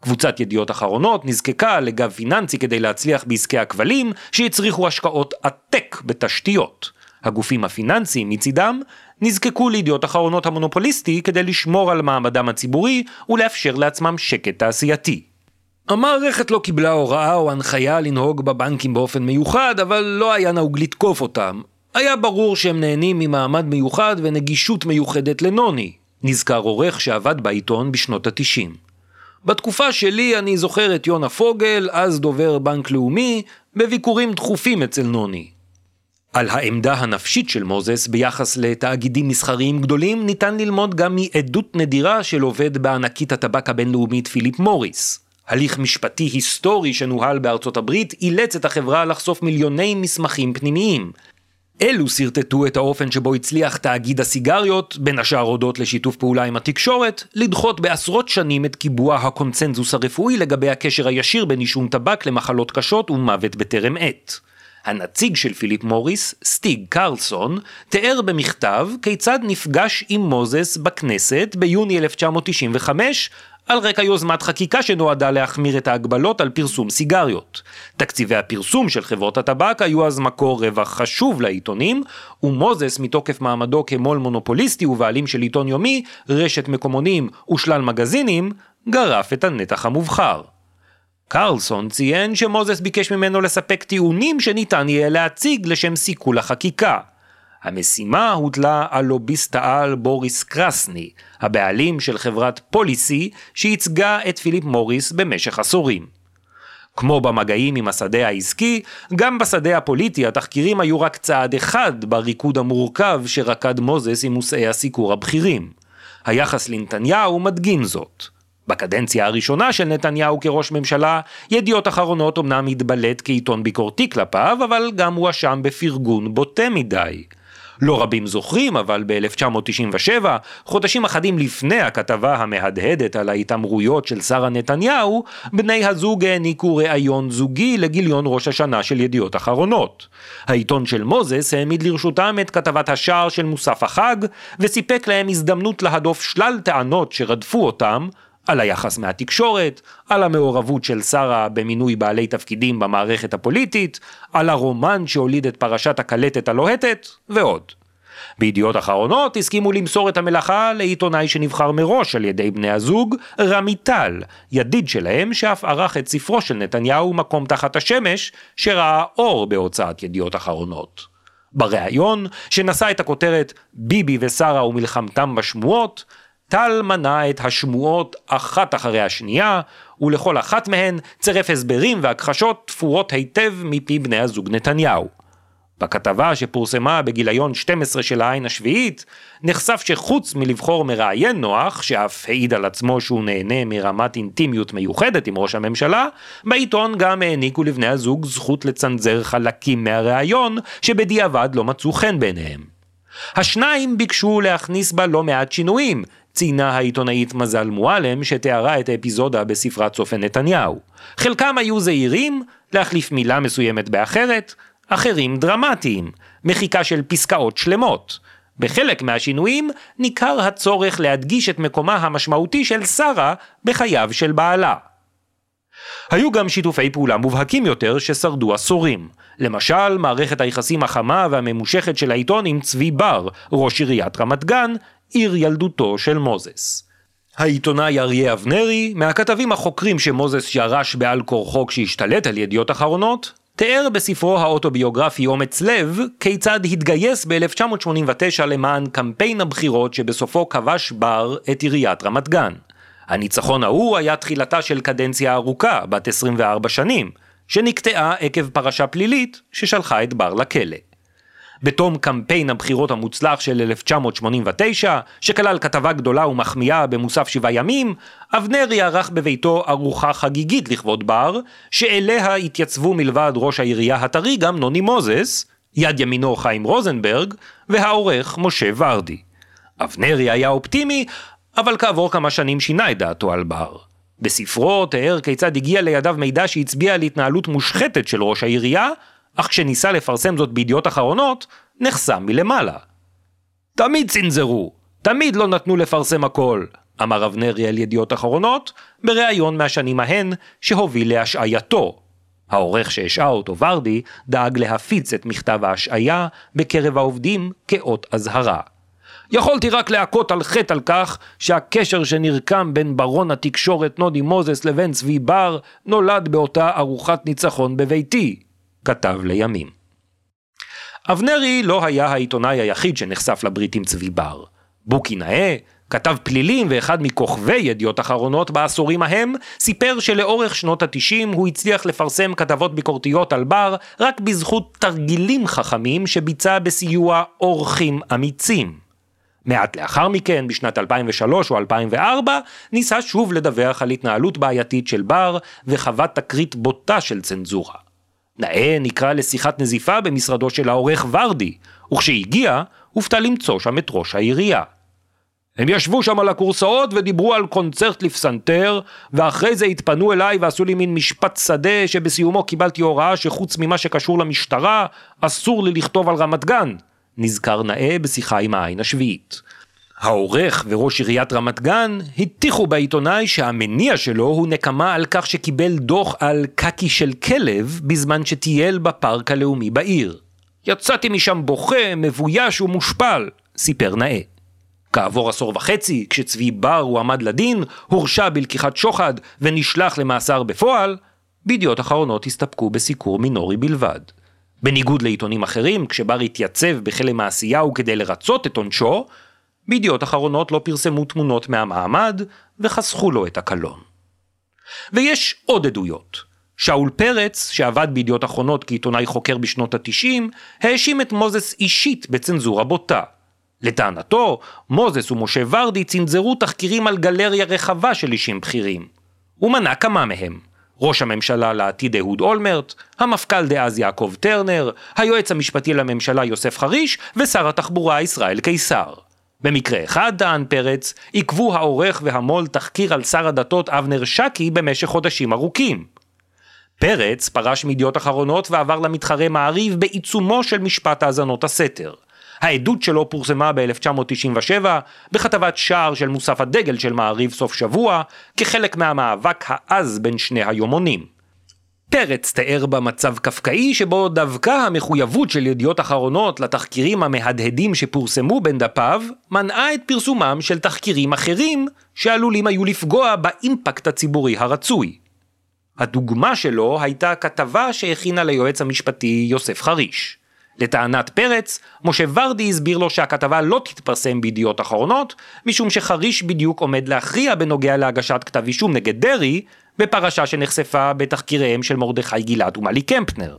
קבוצת ידיעות אחרונות נזקקה לגב פיננסי כדי להצליח בעסקי הכבלים שהצריכו השקעות עתק בתשתיות. הגופים הפיננסיים מצידם נזקקו לידיעות אחרונות המונופוליסטי כדי לשמור על מעמדם הציבורי ולאפשר לעצמם שקט תעשייתי. המערכת לא קיבלה הוראה או הנחיה לנהוג בבנקים באופן מיוחד, אבל לא היה נהוג לתקוף אותם. היה ברור שהם נהנים ממעמד מיוחד ונגישות מיוחדת לנוני, נזכר עורך שעבד בעיתון בשנות ה-90. בתקופה שלי אני זוכר את יונה פוגל, אז דובר בנק לאומי, בביקורים דחופים אצל נוני. על העמדה הנפשית של מוזס ביחס לתאגידים מסחריים גדולים ניתן ללמוד גם מעדות נדירה של עובד בענקית הטבק הבינלאומית פיליפ מוריס. הליך משפטי היסטורי שנוהל בארצות הברית אילץ את החברה לחשוף מיליוני מסמכים פנימיים. אלו סרטטו את האופן שבו הצליח תאגיד הסיגריות, בין השאר הודות לשיתוף פעולה עם התקשורת, לדחות בעשרות שנים את קיבוע הקונצנזוס הרפואי לגבי הקשר הישיר בין עישון טבק למחלות קשות ומוות בטרם עת. הנציג של פיליפ מוריס, סטיג קרלסון, תיאר במכתב כיצד נפגש עם מוזס בכנסת ביוני 1995, על רקע יוזמת חקיקה שנועדה להחמיר את ההגבלות על פרסום סיגריות. תקציבי הפרסום של חברות הטבק היו אז מקור רווח חשוב לעיתונים, ומוזס מתוקף מעמדו כמול מונופוליסטי ובעלים של עיתון יומי, רשת מקומונים ושלל מגזינים, גרף את הנתח המובחר. קרלסון ציין שמוזס ביקש ממנו לספק טיעונים שניתן יהיה להציג לשם סיכול החקיקה. המשימה הוטלה על לוביסט העל בוריס קרסני, הבעלים של חברת פוליסי שייצגה את פיליפ מוריס במשך עשורים. כמו במגעים עם השדה העסקי, גם בשדה הפוליטי התחקירים היו רק צעד אחד בריקוד המורכב שרקד מוזס עם מושאי הסיקור הבכירים. היחס לנתניהו מדגים זאת. בקדנציה הראשונה של נתניהו כראש ממשלה, ידיעות אחרונות אמנם התבלט כעיתון ביקורתי כלפיו, אבל גם הואשם בפרגון בוטה מדי. לא רבים זוכרים, אבל ב-1997, חודשים אחדים לפני הכתבה המהדהדת על ההתאמרויות של שרה נתניהו, בני הזוג העניקו ראיון זוגי לגיליון ראש השנה של ידיעות אחרונות. העיתון של מוזס העמיד לרשותם את כתבת השער של מוסף החג, וסיפק להם הזדמנות להדוף שלל טענות שרדפו אותם, על היחס מהתקשורת, על המעורבות של שרה במינוי בעלי תפקידים במערכת הפוליטית, על הרומן שהוליד את פרשת הקלטת הלוהטת, ועוד. בידיעות אחרונות הסכימו למסור את המלאכה לעיתונאי שנבחר מראש על ידי בני הזוג, רמי טל, ידיד שלהם שאף ערך את ספרו של נתניהו מקום תחת השמש, שראה אור בהוצאת ידיעות אחרונות. בריאיון, שנשא את הכותרת ביבי ושרה ומלחמתם בשמועות, טל מנה את השמועות אחת אחרי השנייה, ולכל אחת מהן צירף הסברים והכחשות תפורות היטב מפי בני הזוג נתניהו. בכתבה שפורסמה בגיליון 12 של העין השביעית, נחשף שחוץ מלבחור מראיין נוח, שאף העיד על עצמו שהוא נהנה מרמת אינטימיות מיוחדת עם ראש הממשלה, בעיתון גם העניקו לבני הזוג זכות לצנזר חלקים מהראיון, שבדיעבד לא מצאו חן ביניהם. השניים ביקשו להכניס בה לא מעט שינויים, ציינה העיתונאית מזל מועלם שתיארה את האפיזודה בספרת סופי נתניהו. חלקם היו זהירים, להחליף מילה מסוימת באחרת, אחרים דרמטיים, מחיקה של פסקאות שלמות. בחלק מהשינויים ניכר הצורך להדגיש את מקומה המשמעותי של שרה בחייו של בעלה. היו גם שיתופי פעולה מובהקים יותר ששרדו עשורים. למשל, מערכת היחסים החמה והממושכת של העיתון עם צבי בר, ראש עיריית רמת גן, עיר ילדותו של מוזס. העיתונאי אריה אבנרי, מהכתבים החוקרים שמוזס ירש בעל כורחו כשהשתלט על ידיעות אחרונות, תיאר בספרו האוטוביוגרפי אומץ לב כיצד התגייס ב-1989 למען קמפיין הבחירות שבסופו כבש בר את עיריית רמת גן. הניצחון ההוא היה תחילתה של קדנציה ארוכה, בת 24 שנים, שנקטעה עקב פרשה פלילית ששלחה את בר לכלא. בתום קמפיין הבחירות המוצלח של 1989, שכלל כתבה גדולה ומחמיאה במוסף 7 ימים, אבנרי ערך בביתו ארוחה חגיגית לכבוד בר, שאליה התייצבו מלבד ראש העירייה הטרי גם נוני מוזס, יד ימינו חיים רוזנברג, והעורך משה ורדי. אבנרי היה אופטימי, אבל כעבור כמה שנים שינה את דעתו על בר. בספרו תיאר כיצד הגיע לידיו מידע שהצביע על התנהלות מושחתת של ראש העירייה, אך כשניסה לפרסם זאת בידיעות אחרונות, נחסם מלמעלה. תמיד צנזרו, תמיד לא נתנו לפרסם הכל. אמר אבנרי על ידיעות אחרונות, בריאיון מהשנים ההן שהוביל להשעייתו. העורך שהשעה אותו ורדי דאג להפיץ את מכתב ההשעיה בקרב העובדים כאות אזהרה. יכולתי רק להכות על חטא על כך שהקשר שנרקם בין ברון התקשורת נוני מוזס לבין צבי בר נולד באותה ארוחת ניצחון בביתי, כתב לימים. אבנרי לא היה העיתונאי היחיד שנחשף לברית עם צבי בר. בוקי נאה, כתב פלילים ואחד מכוכבי ידיעות אחרונות בעשורים ההם, סיפר שלאורך שנות ה-90 הוא הצליח לפרסם כתבות ביקורתיות על בר רק בזכות תרגילים חכמים שביצע בסיוע אורחים אמיצים. מעט לאחר מכן, בשנת 2003 או 2004, ניסה שוב לדווח על התנהלות בעייתית של בר וחוות תקרית בוטה של צנזורה. נאה נקרא לשיחת נזיפה במשרדו של העורך ורדי, וכשהגיע, הופתע למצוא שם את ראש העירייה. הם ישבו שם על הקורסאות ודיברו על קונצרט לפסנתר, ואחרי זה התפנו אליי ועשו לי מין משפט שדה שבסיומו קיבלתי הוראה שחוץ ממה שקשור למשטרה, אסור לי לכתוב על רמת גן, נזכר נאה בשיחה עם העין השביעית. העורך וראש עיריית רמת גן הטיחו בעיתונאי שהמניע שלו הוא נקמה על כך שקיבל דוח על קקי של כלב בזמן שטייל בפארק הלאומי בעיר. יצאתי משם בוכה, מבויש ומושפל, סיפר נאה. כעבור עשור וחצי, כשצבי בר הוא עמד לדין, הורשע בלקיחת שוחד ונשלח למאסר בפועל, בידיעות אחרונות הסתפקו בסיקור מינורי בלבד. בניגוד לעיתונים אחרים, כשבר התייצב בחלם העשייה וכדי לרצות את עונשו, בידיעות אחרונות לא פרסמו תמונות מהמעמד וחסכו לו את הקלון. ויש עוד עדויות. שאול פרץ, שעבד בידיעות אחרונות כעיתונאי חוקר בשנות ה-90, האשים את מוזס אישית בצנזורה בוטה. לטענתו, מוזס ומשה ורדי צנזרו תחקירים על גלריה רחבה של אישים בכירים. הוא מנה כמה מהם. ראש הממשלה לעתיד אהוד אולמרט, המפכ"ל דאז יעקב טרנר, היועץ המשפטי לממשלה יוסף חריש ושר התחבורה ישראל קיסר. במקרה אחד, טען פרץ, עיכבו העורך והמול תחקיר על שר הדתות אבנר שקי במשך חודשים ארוכים. פרץ פרש מידיעות אחרונות ועבר למתחרה מעריב בעיצומו של משפט האזנות הסתר. העדות שלו פורסמה ב-1997 בכתבת שער של מוסף הדגל של מעריב סוף שבוע, כחלק מהמאבק העז בין שני היומונים. פרץ תיאר במצב קפקאי שבו דווקא המחויבות של ידיעות אחרונות לתחקירים המהדהדים שפורסמו בין דפיו, מנעה את פרסומם של תחקירים אחרים שעלולים היו לפגוע באימפקט הציבורי הרצוי. הדוגמה שלו הייתה כתבה שהכינה ליועץ המשפטי יוסף חריש. לטענת פרץ, משה ורדי הסביר לו שהכתבה לא תתפרסם בידיעות אחרונות, משום שחריש בדיוק עומד להכריע בנוגע להגשת כתב אישום נגד דרי, בפרשה שנחשפה בתחקיריהם של מרדכי גילת ומלי קמפנר.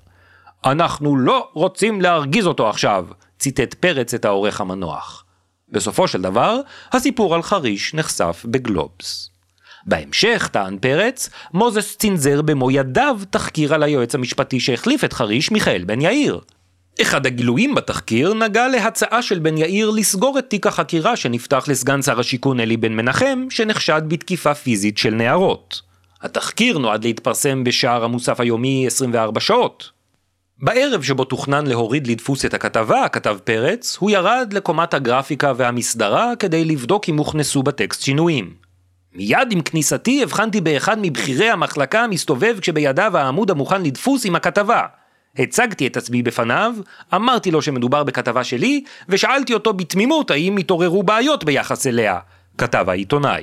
אנחנו לא רוצים להרגיז אותו עכשיו, ציטט פרץ את העורך המנוח. בסופו של דבר, הסיפור על חריש נחשף בגלובס. בהמשך, טען פרץ, מוזס צנזר במו ידיו תחקיר על היועץ המשפטי שהחליף את חריש, מיכאל בן יאיר. אחד הגילויים בתחקיר נגע להצעה של בן יאיר לסגור את תיק החקירה שנפתח לסגן שר השיכון אלי בן מנחם, שנחשד בתקיפה פיזית של נערות. התחקיר נועד להתפרסם בשער המוסף היומי 24 שעות. בערב שבו תוכנן להוריד לדפוס את הכתבה, כתב פרץ, הוא ירד לקומת הגרפיקה והמסדרה כדי לבדוק אם הוכנסו בטקסט שינויים. מיד עם כניסתי הבחנתי באחד מבחירי המחלקה מסתובב כשבידיו העמוד המוכן לדפוס עם הכתבה. הצגתי את עצמי בפניו, אמרתי לו שמדובר בכתבה שלי, ושאלתי אותו בתמימות האם התעוררו בעיות ביחס אליה, כתב העיתונאי.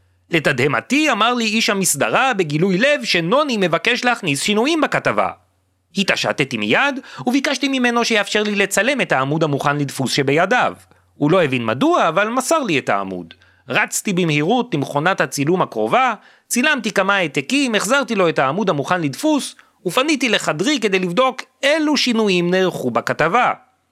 לתדהמתי אמר לי איש המסדרה בגילוי לב שנוני מבקש להכניס שינויים בכתבה. התעשתתי מיד וביקשתי ממנו שיאפשר לי לצלם את העמוד המוכן לדפוס שבידיו. הוא לא הבין מדוע, אבל מסר לי את העמוד. רצתי במהירות למכונת הצילום הקרובה, צילמתי כמה העתקים, החזרתי לו את העמוד המוכן לדפוס, ופניתי לחדרי כדי לבדוק אילו שינויים נערכו בכתבה.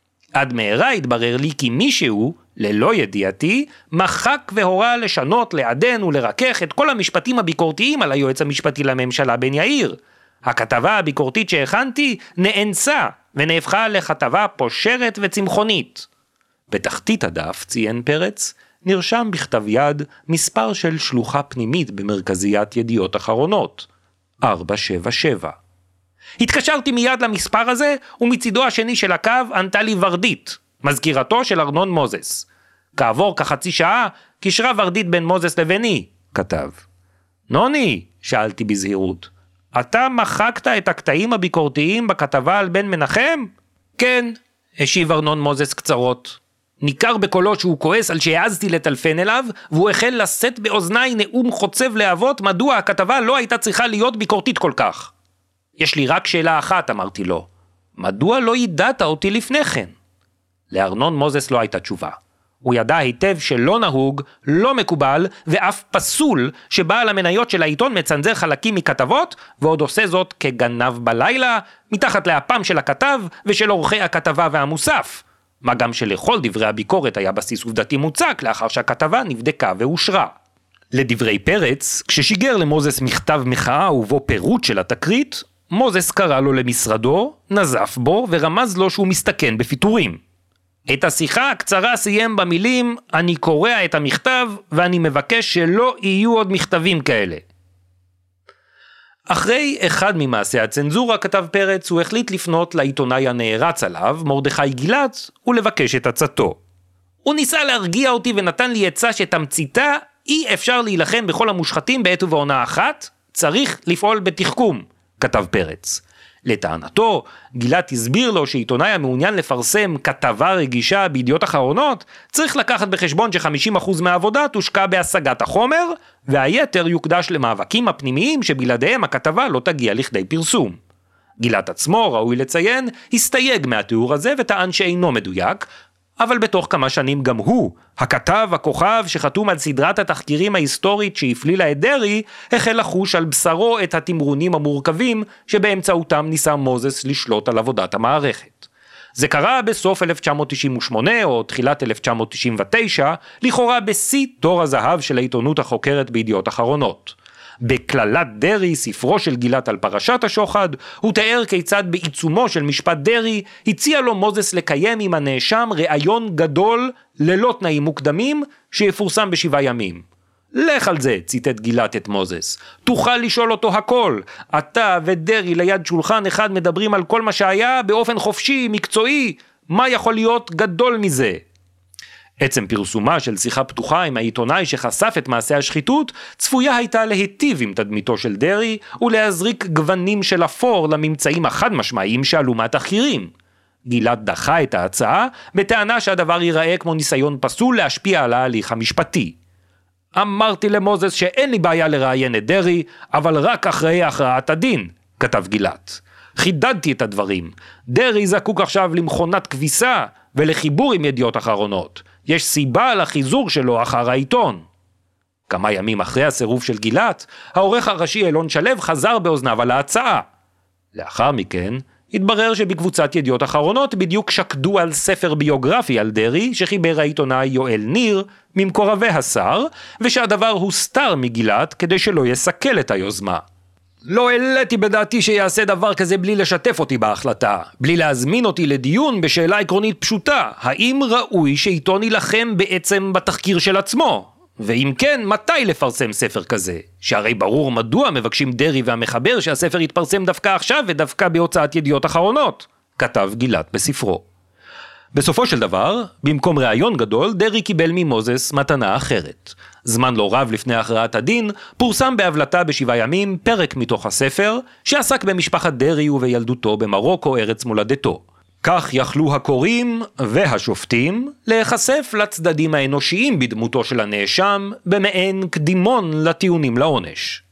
עד מהרה התברר לי כי מישהו, ללא ידיעתי, מחק והורה לשנות, לעדן ולרכך את כל המשפטים הביקורתיים על היועץ המשפטי לממשלה בן יאיר. הכתבה הביקורתית שהכנתי נאנסה ונהפכה לכתבה פושרת וצמחונית. בתחתית הדף, ציין פרץ, נרשם בכתב יד מספר של שלוחה פנימית במרכזיית ידיעות אחרונות, 477. התקשרתי מיד למספר הזה, ומצידו השני של הקו ענתה לי ורדית, מזכירתו של ארנון מוזס. כעבור כחצי שעה, קישרה ורדית בין מוזס לביני, כתב. נוני, שאלתי בזהירות, אתה מחקת את הקטעים הביקורתיים בכתבה על בן מנחם? כן, השיב ארנון מוזס קצרות. ניכר בקולו שהוא כועס על שהעזתי לטלפן אליו, והוא החל לשאת באוזניי נאום חוצב להבות מדוע הכתבה לא הייתה צריכה להיות ביקורתית כל כך. יש לי רק שאלה אחת, אמרתי לו. מדוע לא ידעת אותי לפני כן? לארנון מוזס לא הייתה תשובה. הוא ידע היטב שלא נהוג, לא מקובל ואף פסול שבעל המניות של העיתון מצנזר חלקים מכתבות, ועוד עושה זאת כגנב בלילה, מתחת לאפם של הכתב ושל עורכי הכתבה והמוסף. מה גם שלכל דברי הביקורת היה בסיס עובדתי מוצק לאחר שהכתבה נבדקה ואושרה. לדברי פרץ, כששיגר למוזס מכתב מחאה ובו פירוט של התקרית, מוזס קרא לו למשרדו, נזף בו ורמז לו שהוא מסתכן בפיטורים. את השיחה הקצרה סיים במילים, אני קורא את המכתב ואני מבקש שלא יהיו עוד מכתבים כאלה. אחרי אחד ממעשי הצנזורה, כתב פרץ, הוא החליט לפנות לעיתונאי הנערץ עליו, מרדכי גילת, ולבקש את עצתו. הוא ניסה להרגיע אותי ונתן לי עצה שתמציתה, אי אפשר להילחם בכל המושחתים בעת ובעונה אחת, צריך לפעול בתחכום, כתב פרץ. לטענתו, גילת הסביר לו שעיתונאי המעוניין לפרסם כתבה רגישה בידיעות אחרונות, צריך לקחת בחשבון ש50% מהעבודה תושקע בהשגת החומר, והיתר יוקדש למאבקים הפנימיים שבלעדיהם הכתבה לא תגיע לכדי פרסום. גילת עצמו, ראוי לציין, הסתייג מהתיאור הזה וטען שאינו מדויק, אבל בתוך כמה שנים גם הוא, הכתב, הכוכב שחתום על סדרת התחקירים ההיסטורית שהפלילה את דרי, החל לחוש על בשרו את התמרונים המורכבים שבאמצעותם ניסה מוזס לשלוט על עבודת המערכת. זה קרה בסוף 1998 או תחילת 1999, לכאורה בשיא תור הזהב של העיתונות החוקרת בידיעות אחרונות. בכללת דרי, ספרו של גילת על פרשת השוחד, הוא תיאר כיצד בעיצומו של משפט דרי, הציע לו מוזס לקיים עם הנאשם ראיון גדול ללא תנאים מוקדמים, שיפורסם ב7 ימים. לך על זה, ציטט גילת את מוזס. תוכל לשאול אותו הכל. אתה ודרי ליד שולחן אחד מדברים על כל מה שהיה באופן חופשי, מקצועי. מה יכול להיות גדול מזה? עצם פרסומה של שיחה פתוחה עם העיתונאי שחשף את מעשה השחיתות, צפויה הייתה להיטיב עם תדמיתו של דרי, ולהזריק גוונים של אפור לממצאים החד משמעיים שעלו מהתחקירים. גילת דחה את ההצעה, בטענה שהדבר ייראה כמו ניסיון פסול להשפיע על ההליך המשפטי. אמרתי למוזס שאין לי בעיה לראיין את דרי, אבל רק אחרי הכרעת הדין, כתב גילת. חידדתי את הדברים. דרי זקוק עכשיו למכונת כביסה ולחיבור עם ידיעות אחרונות. יש סיבה לחיזור שלו אחר העיתון. כמה ימים אחרי הסירוב של גילת, העורך הראשי אלון שלב חזר באוזניו על ההצעה. לאחר מכן, התברר שבקבוצת ידיעות אחרונות בדיוק שקדו על ספר ביוגרפי על דרי שחיבר העיתונאי יואל ניר ממקורבי השר, ושהדבר הוסתר מגילת כדי שלא יסכל את היוזמה. לא העליתי בדעתי שיעשה דבר כזה בלי לשתף אותי בהחלטה, בלי להזמין אותי לדיון בשאלה עקרונית פשוטה, האם ראוי שעיתון ילחם בעצם בתחקיר של עצמו? ואם כן, מתי לפרסם ספר כזה? שהרי ברור מדוע מבקשים דרי והמחבר שהספר יתפרסם דווקא עכשיו ודווקא בהוצאת ידיעות אחרונות, כתב גילת בספרו. בסופו של דבר, במקום ראיון גדול, דרי קיבל ממוזס מתנה אחרת. זמן לא רב לפני הכרעת הדין, פורסם בהבלטה ב7 ימים פרק מתוך הספר, שעסק במשפחת דרי ובילדותו במרוקו, ארץ מולדתו. כך יכלו הקוראים והשופטים להיחשף לצדדים האנושיים בדמותו של הנאשם, במעין קדימון לטיעונים לעונש.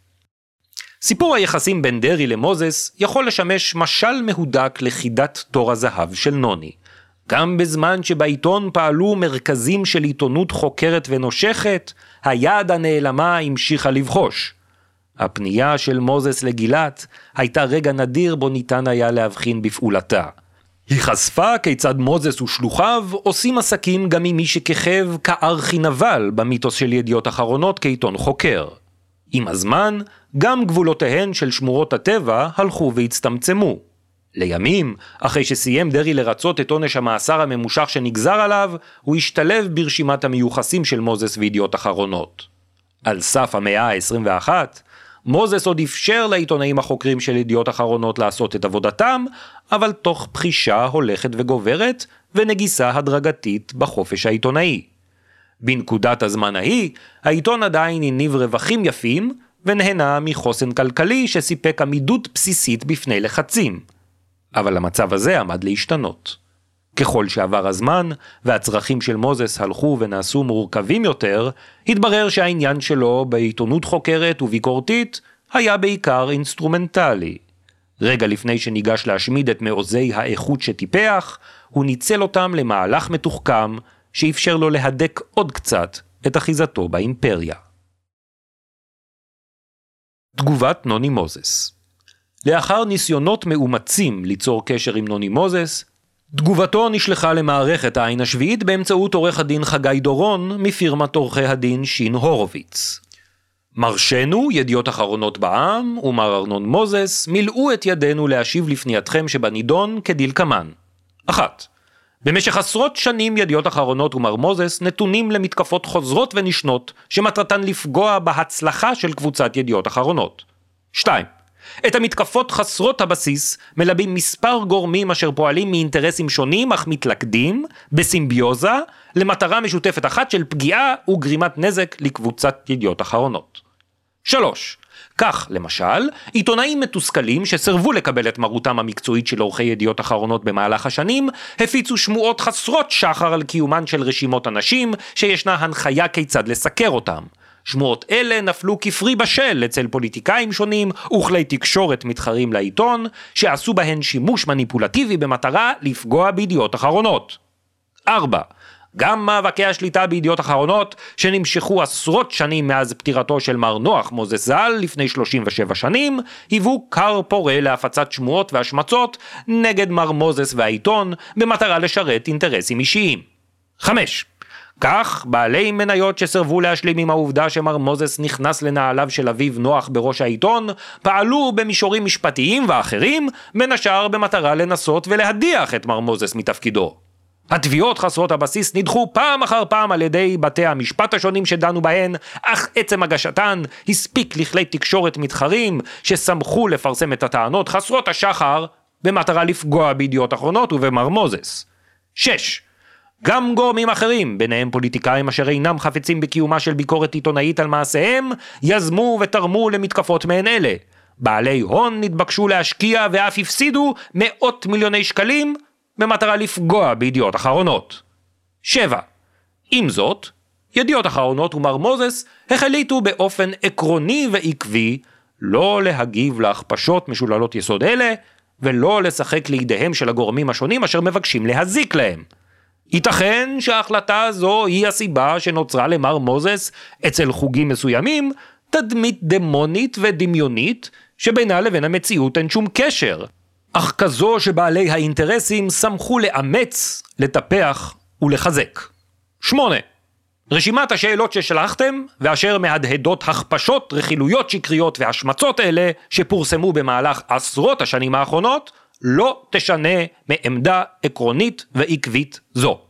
סיפור היחסים בין דרי למוזס יכול לשמש משל מהודק לחידת תור הזהב של נוני. גם בזמן שבעיתון פעלו מרכזים של עיתונות חוקרת ונושכת, היד הנעלמה המשיכה לבחוש. הפנייה של מוזס לגילת הייתה רגע נדיר בו ניתן היה להבחין בפעולתה. היא חשפה כיצד מוזס ושלוחיו עושים עסקים גם עם מי שכיכב כארכי נבל במיתוס של ידיעות אחרונות כעיתון חוקר. עם הזמן, גם גבולותיהן של שמורות הטבע הלכו והצטמצמו. לימים, אחרי שסיים דרי לרצות את עונש המאסר הממושך שנגזר עליו, הוא השתלב ברשימת המיוחסים של מוזס וידיעות אחרונות. על סף המאה ה-21, מוזס עוד אפשר לעיתונאים החוקרים של ידיעות אחרונות לעשות את עבודתם, אבל תוך בחישה הולכת וגוברת ונגיסה הדרגתית בחופש העיתונאי. בנקודת הזמן ההיא, העיתון עדיין הניב רווחים יפים, ונהנה מחוסן כלכלי שסיפק עמידות בסיסית בפני לחצים. אבל המצב הזה עמד להשתנות. ככל שעבר הזמן, והצרכים של מוזס הלכו ונעשו מורכבים יותר, התברר שהעניין שלו בעיתונות חוקרת וביקורתית היה בעיקר אינסטרומנטלי. רגע לפני שניגש להשמיד את מעוזי האיכות שטיפח, הוא ניצל אותם למהלך מתוחכם, שאפשר לו להדק עוד קצת את אחיזתו באימפריה. תגובת נוני מוזס. לאחר ניסיונות מאומצים ליצור קשר עם נוני מוזס, תגובתו נשלחה למערכת העין השביעית באמצעות עורך הדין חגי דורון מפירמת עורכי הדין שין הורוביץ. מרשנו, ידיעות אחרונות בעם, ומר ארנון מוזס מילאו את ידינו להשיב לפנייתכם שבנידון כדלקמן. 1. במשך עשרות שנים ידיעות אחרונות ומר מוזס נתונים למתקפות חוזרות ונשנות שמטרתן לפגוע בהצלחה של קבוצת ידיעות אחרונות. 2. את המתקפות חסרות הבסיס מלבים מספר גורמים אשר פועלים מאינטרסים שונים אך מתלכדים בסימביוזה למטרה משותפת אחת של פגיעה וגרימת נזק לקבוצת ידיעות אחרונות. 3. כך, למשל, עיתונאים מתוסכלים שסרבו לקבל את מרותם המקצועית של עורכי ידיעות אחרונות במהלך השנים, הפיצו שמועות חסרות שחר על קיומן של רשימות אנשים שישנה הנחיה כיצד לסקר אותם. שמועות אלה נפלו כפרי בשל אצל פוליטיקאים שונים וכלי תקשורת מתחרים לעיתון, שעשו בהן שימוש מניפולטיבי במטרה לפגוע בידיעות אחרונות. 4. גם מאבקי השליטה בידיעות אחרונות, שנמשכו עשרות שנים מאז פטירתו של מר נוח מוזס ז"ל לפני 37 שנים, היוו כר פורה להפצת שמועות והשמצות נגד מר מוזס והעיתון, במטרה לשרת אינטרסים אישיים. 5. כך, בעלי מניות שסרבו להשלים עם העובדה שמר מוזס נכנס לנעליו של אביו נוח בראש העיתון, פעלו במישורים משפטיים ואחרים, בין השאר במטרה לנסות ולהדיח את מר מוזס מתפקידו. התביעות חסרות הבסיס נדחו פעם אחר פעם על ידי בתי המשפט השונים שדנו בהן, אך עצם הגשתן הספיק לכלי תקשורת מתחרים ששמחו לפרסם את הטענות חסרות השחר במטרה לפגוע בידיעות אחרונות ובמר מוזס. 6. גם גורמים אחרים, ביניהם פוליטיקאים אשר אינם חפצים בקיומה של ביקורת עיתונאית על מעשיהם, יזמו ותרמו למתקפות מהן אלה. בעלי הון נתבקשו להשקיע ואף הפסידו מאות מיליוני שקלים במטרה לפגוע בידיעות אחרונות. 7. עם זאת, ידיעות אחרונות ומר מוזס החליטו באופן עקרוני ועקבי לא להגיב להכפשות משוללות יסוד אלה, ולא לשחק לידיהם של הגורמים השונים אשר מבקשים להזיק להם. ייתכן שההחלטה הזו היא הסיבה שנוצרה למר מוזס אצל חוגים מסוימים תדמית דמונית ודמיונית שבינה לבין המציאות אין שום קשר, אך כזו שבעלי האינטרסים שמחו לאמץ, לטפח ולחזק. 8. רשימת השאלות ששלחתם ואשר מהדהדות הכפשות, רכילויות שקריות והשמצות אלה שפורסמו במהלך עשרות השנים האחרונות לא תשנה מעמדה עקרונית ועקבית זו.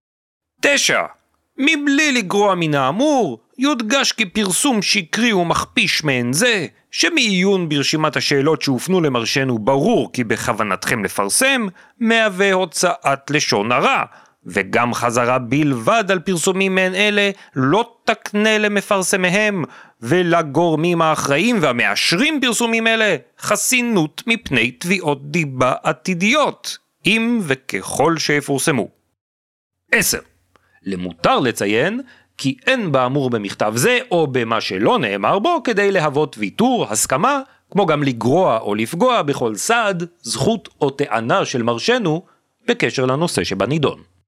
9. מבלי לגרוע מן האמור, יודגש כי פרסום שקרי ומכפיש מעין זה, שמעיון ברשימת השאלות שהופנו למרשנו ברור כי בכוונתכם לפרסם, מהווה הוצאת לשון הרע, וגם חזרה בלבד על פרסומים מעין אלה לא תקנה למפרסמיהם, ולגורמים האחראים והמאשרים פרסומים אלה חסינות מפני תביעות דיבה עתידיות, אם וככל שיפורסמו. 10. למותר לציין כי אין באמור במכתב זה או במה שלא נאמר בו כדי להוות ויתור, הסכמה, כמו גם לגרוע או לפגוע בכל סעד, זכות או טענה של מרשנו בקשר לנושא שבנידון.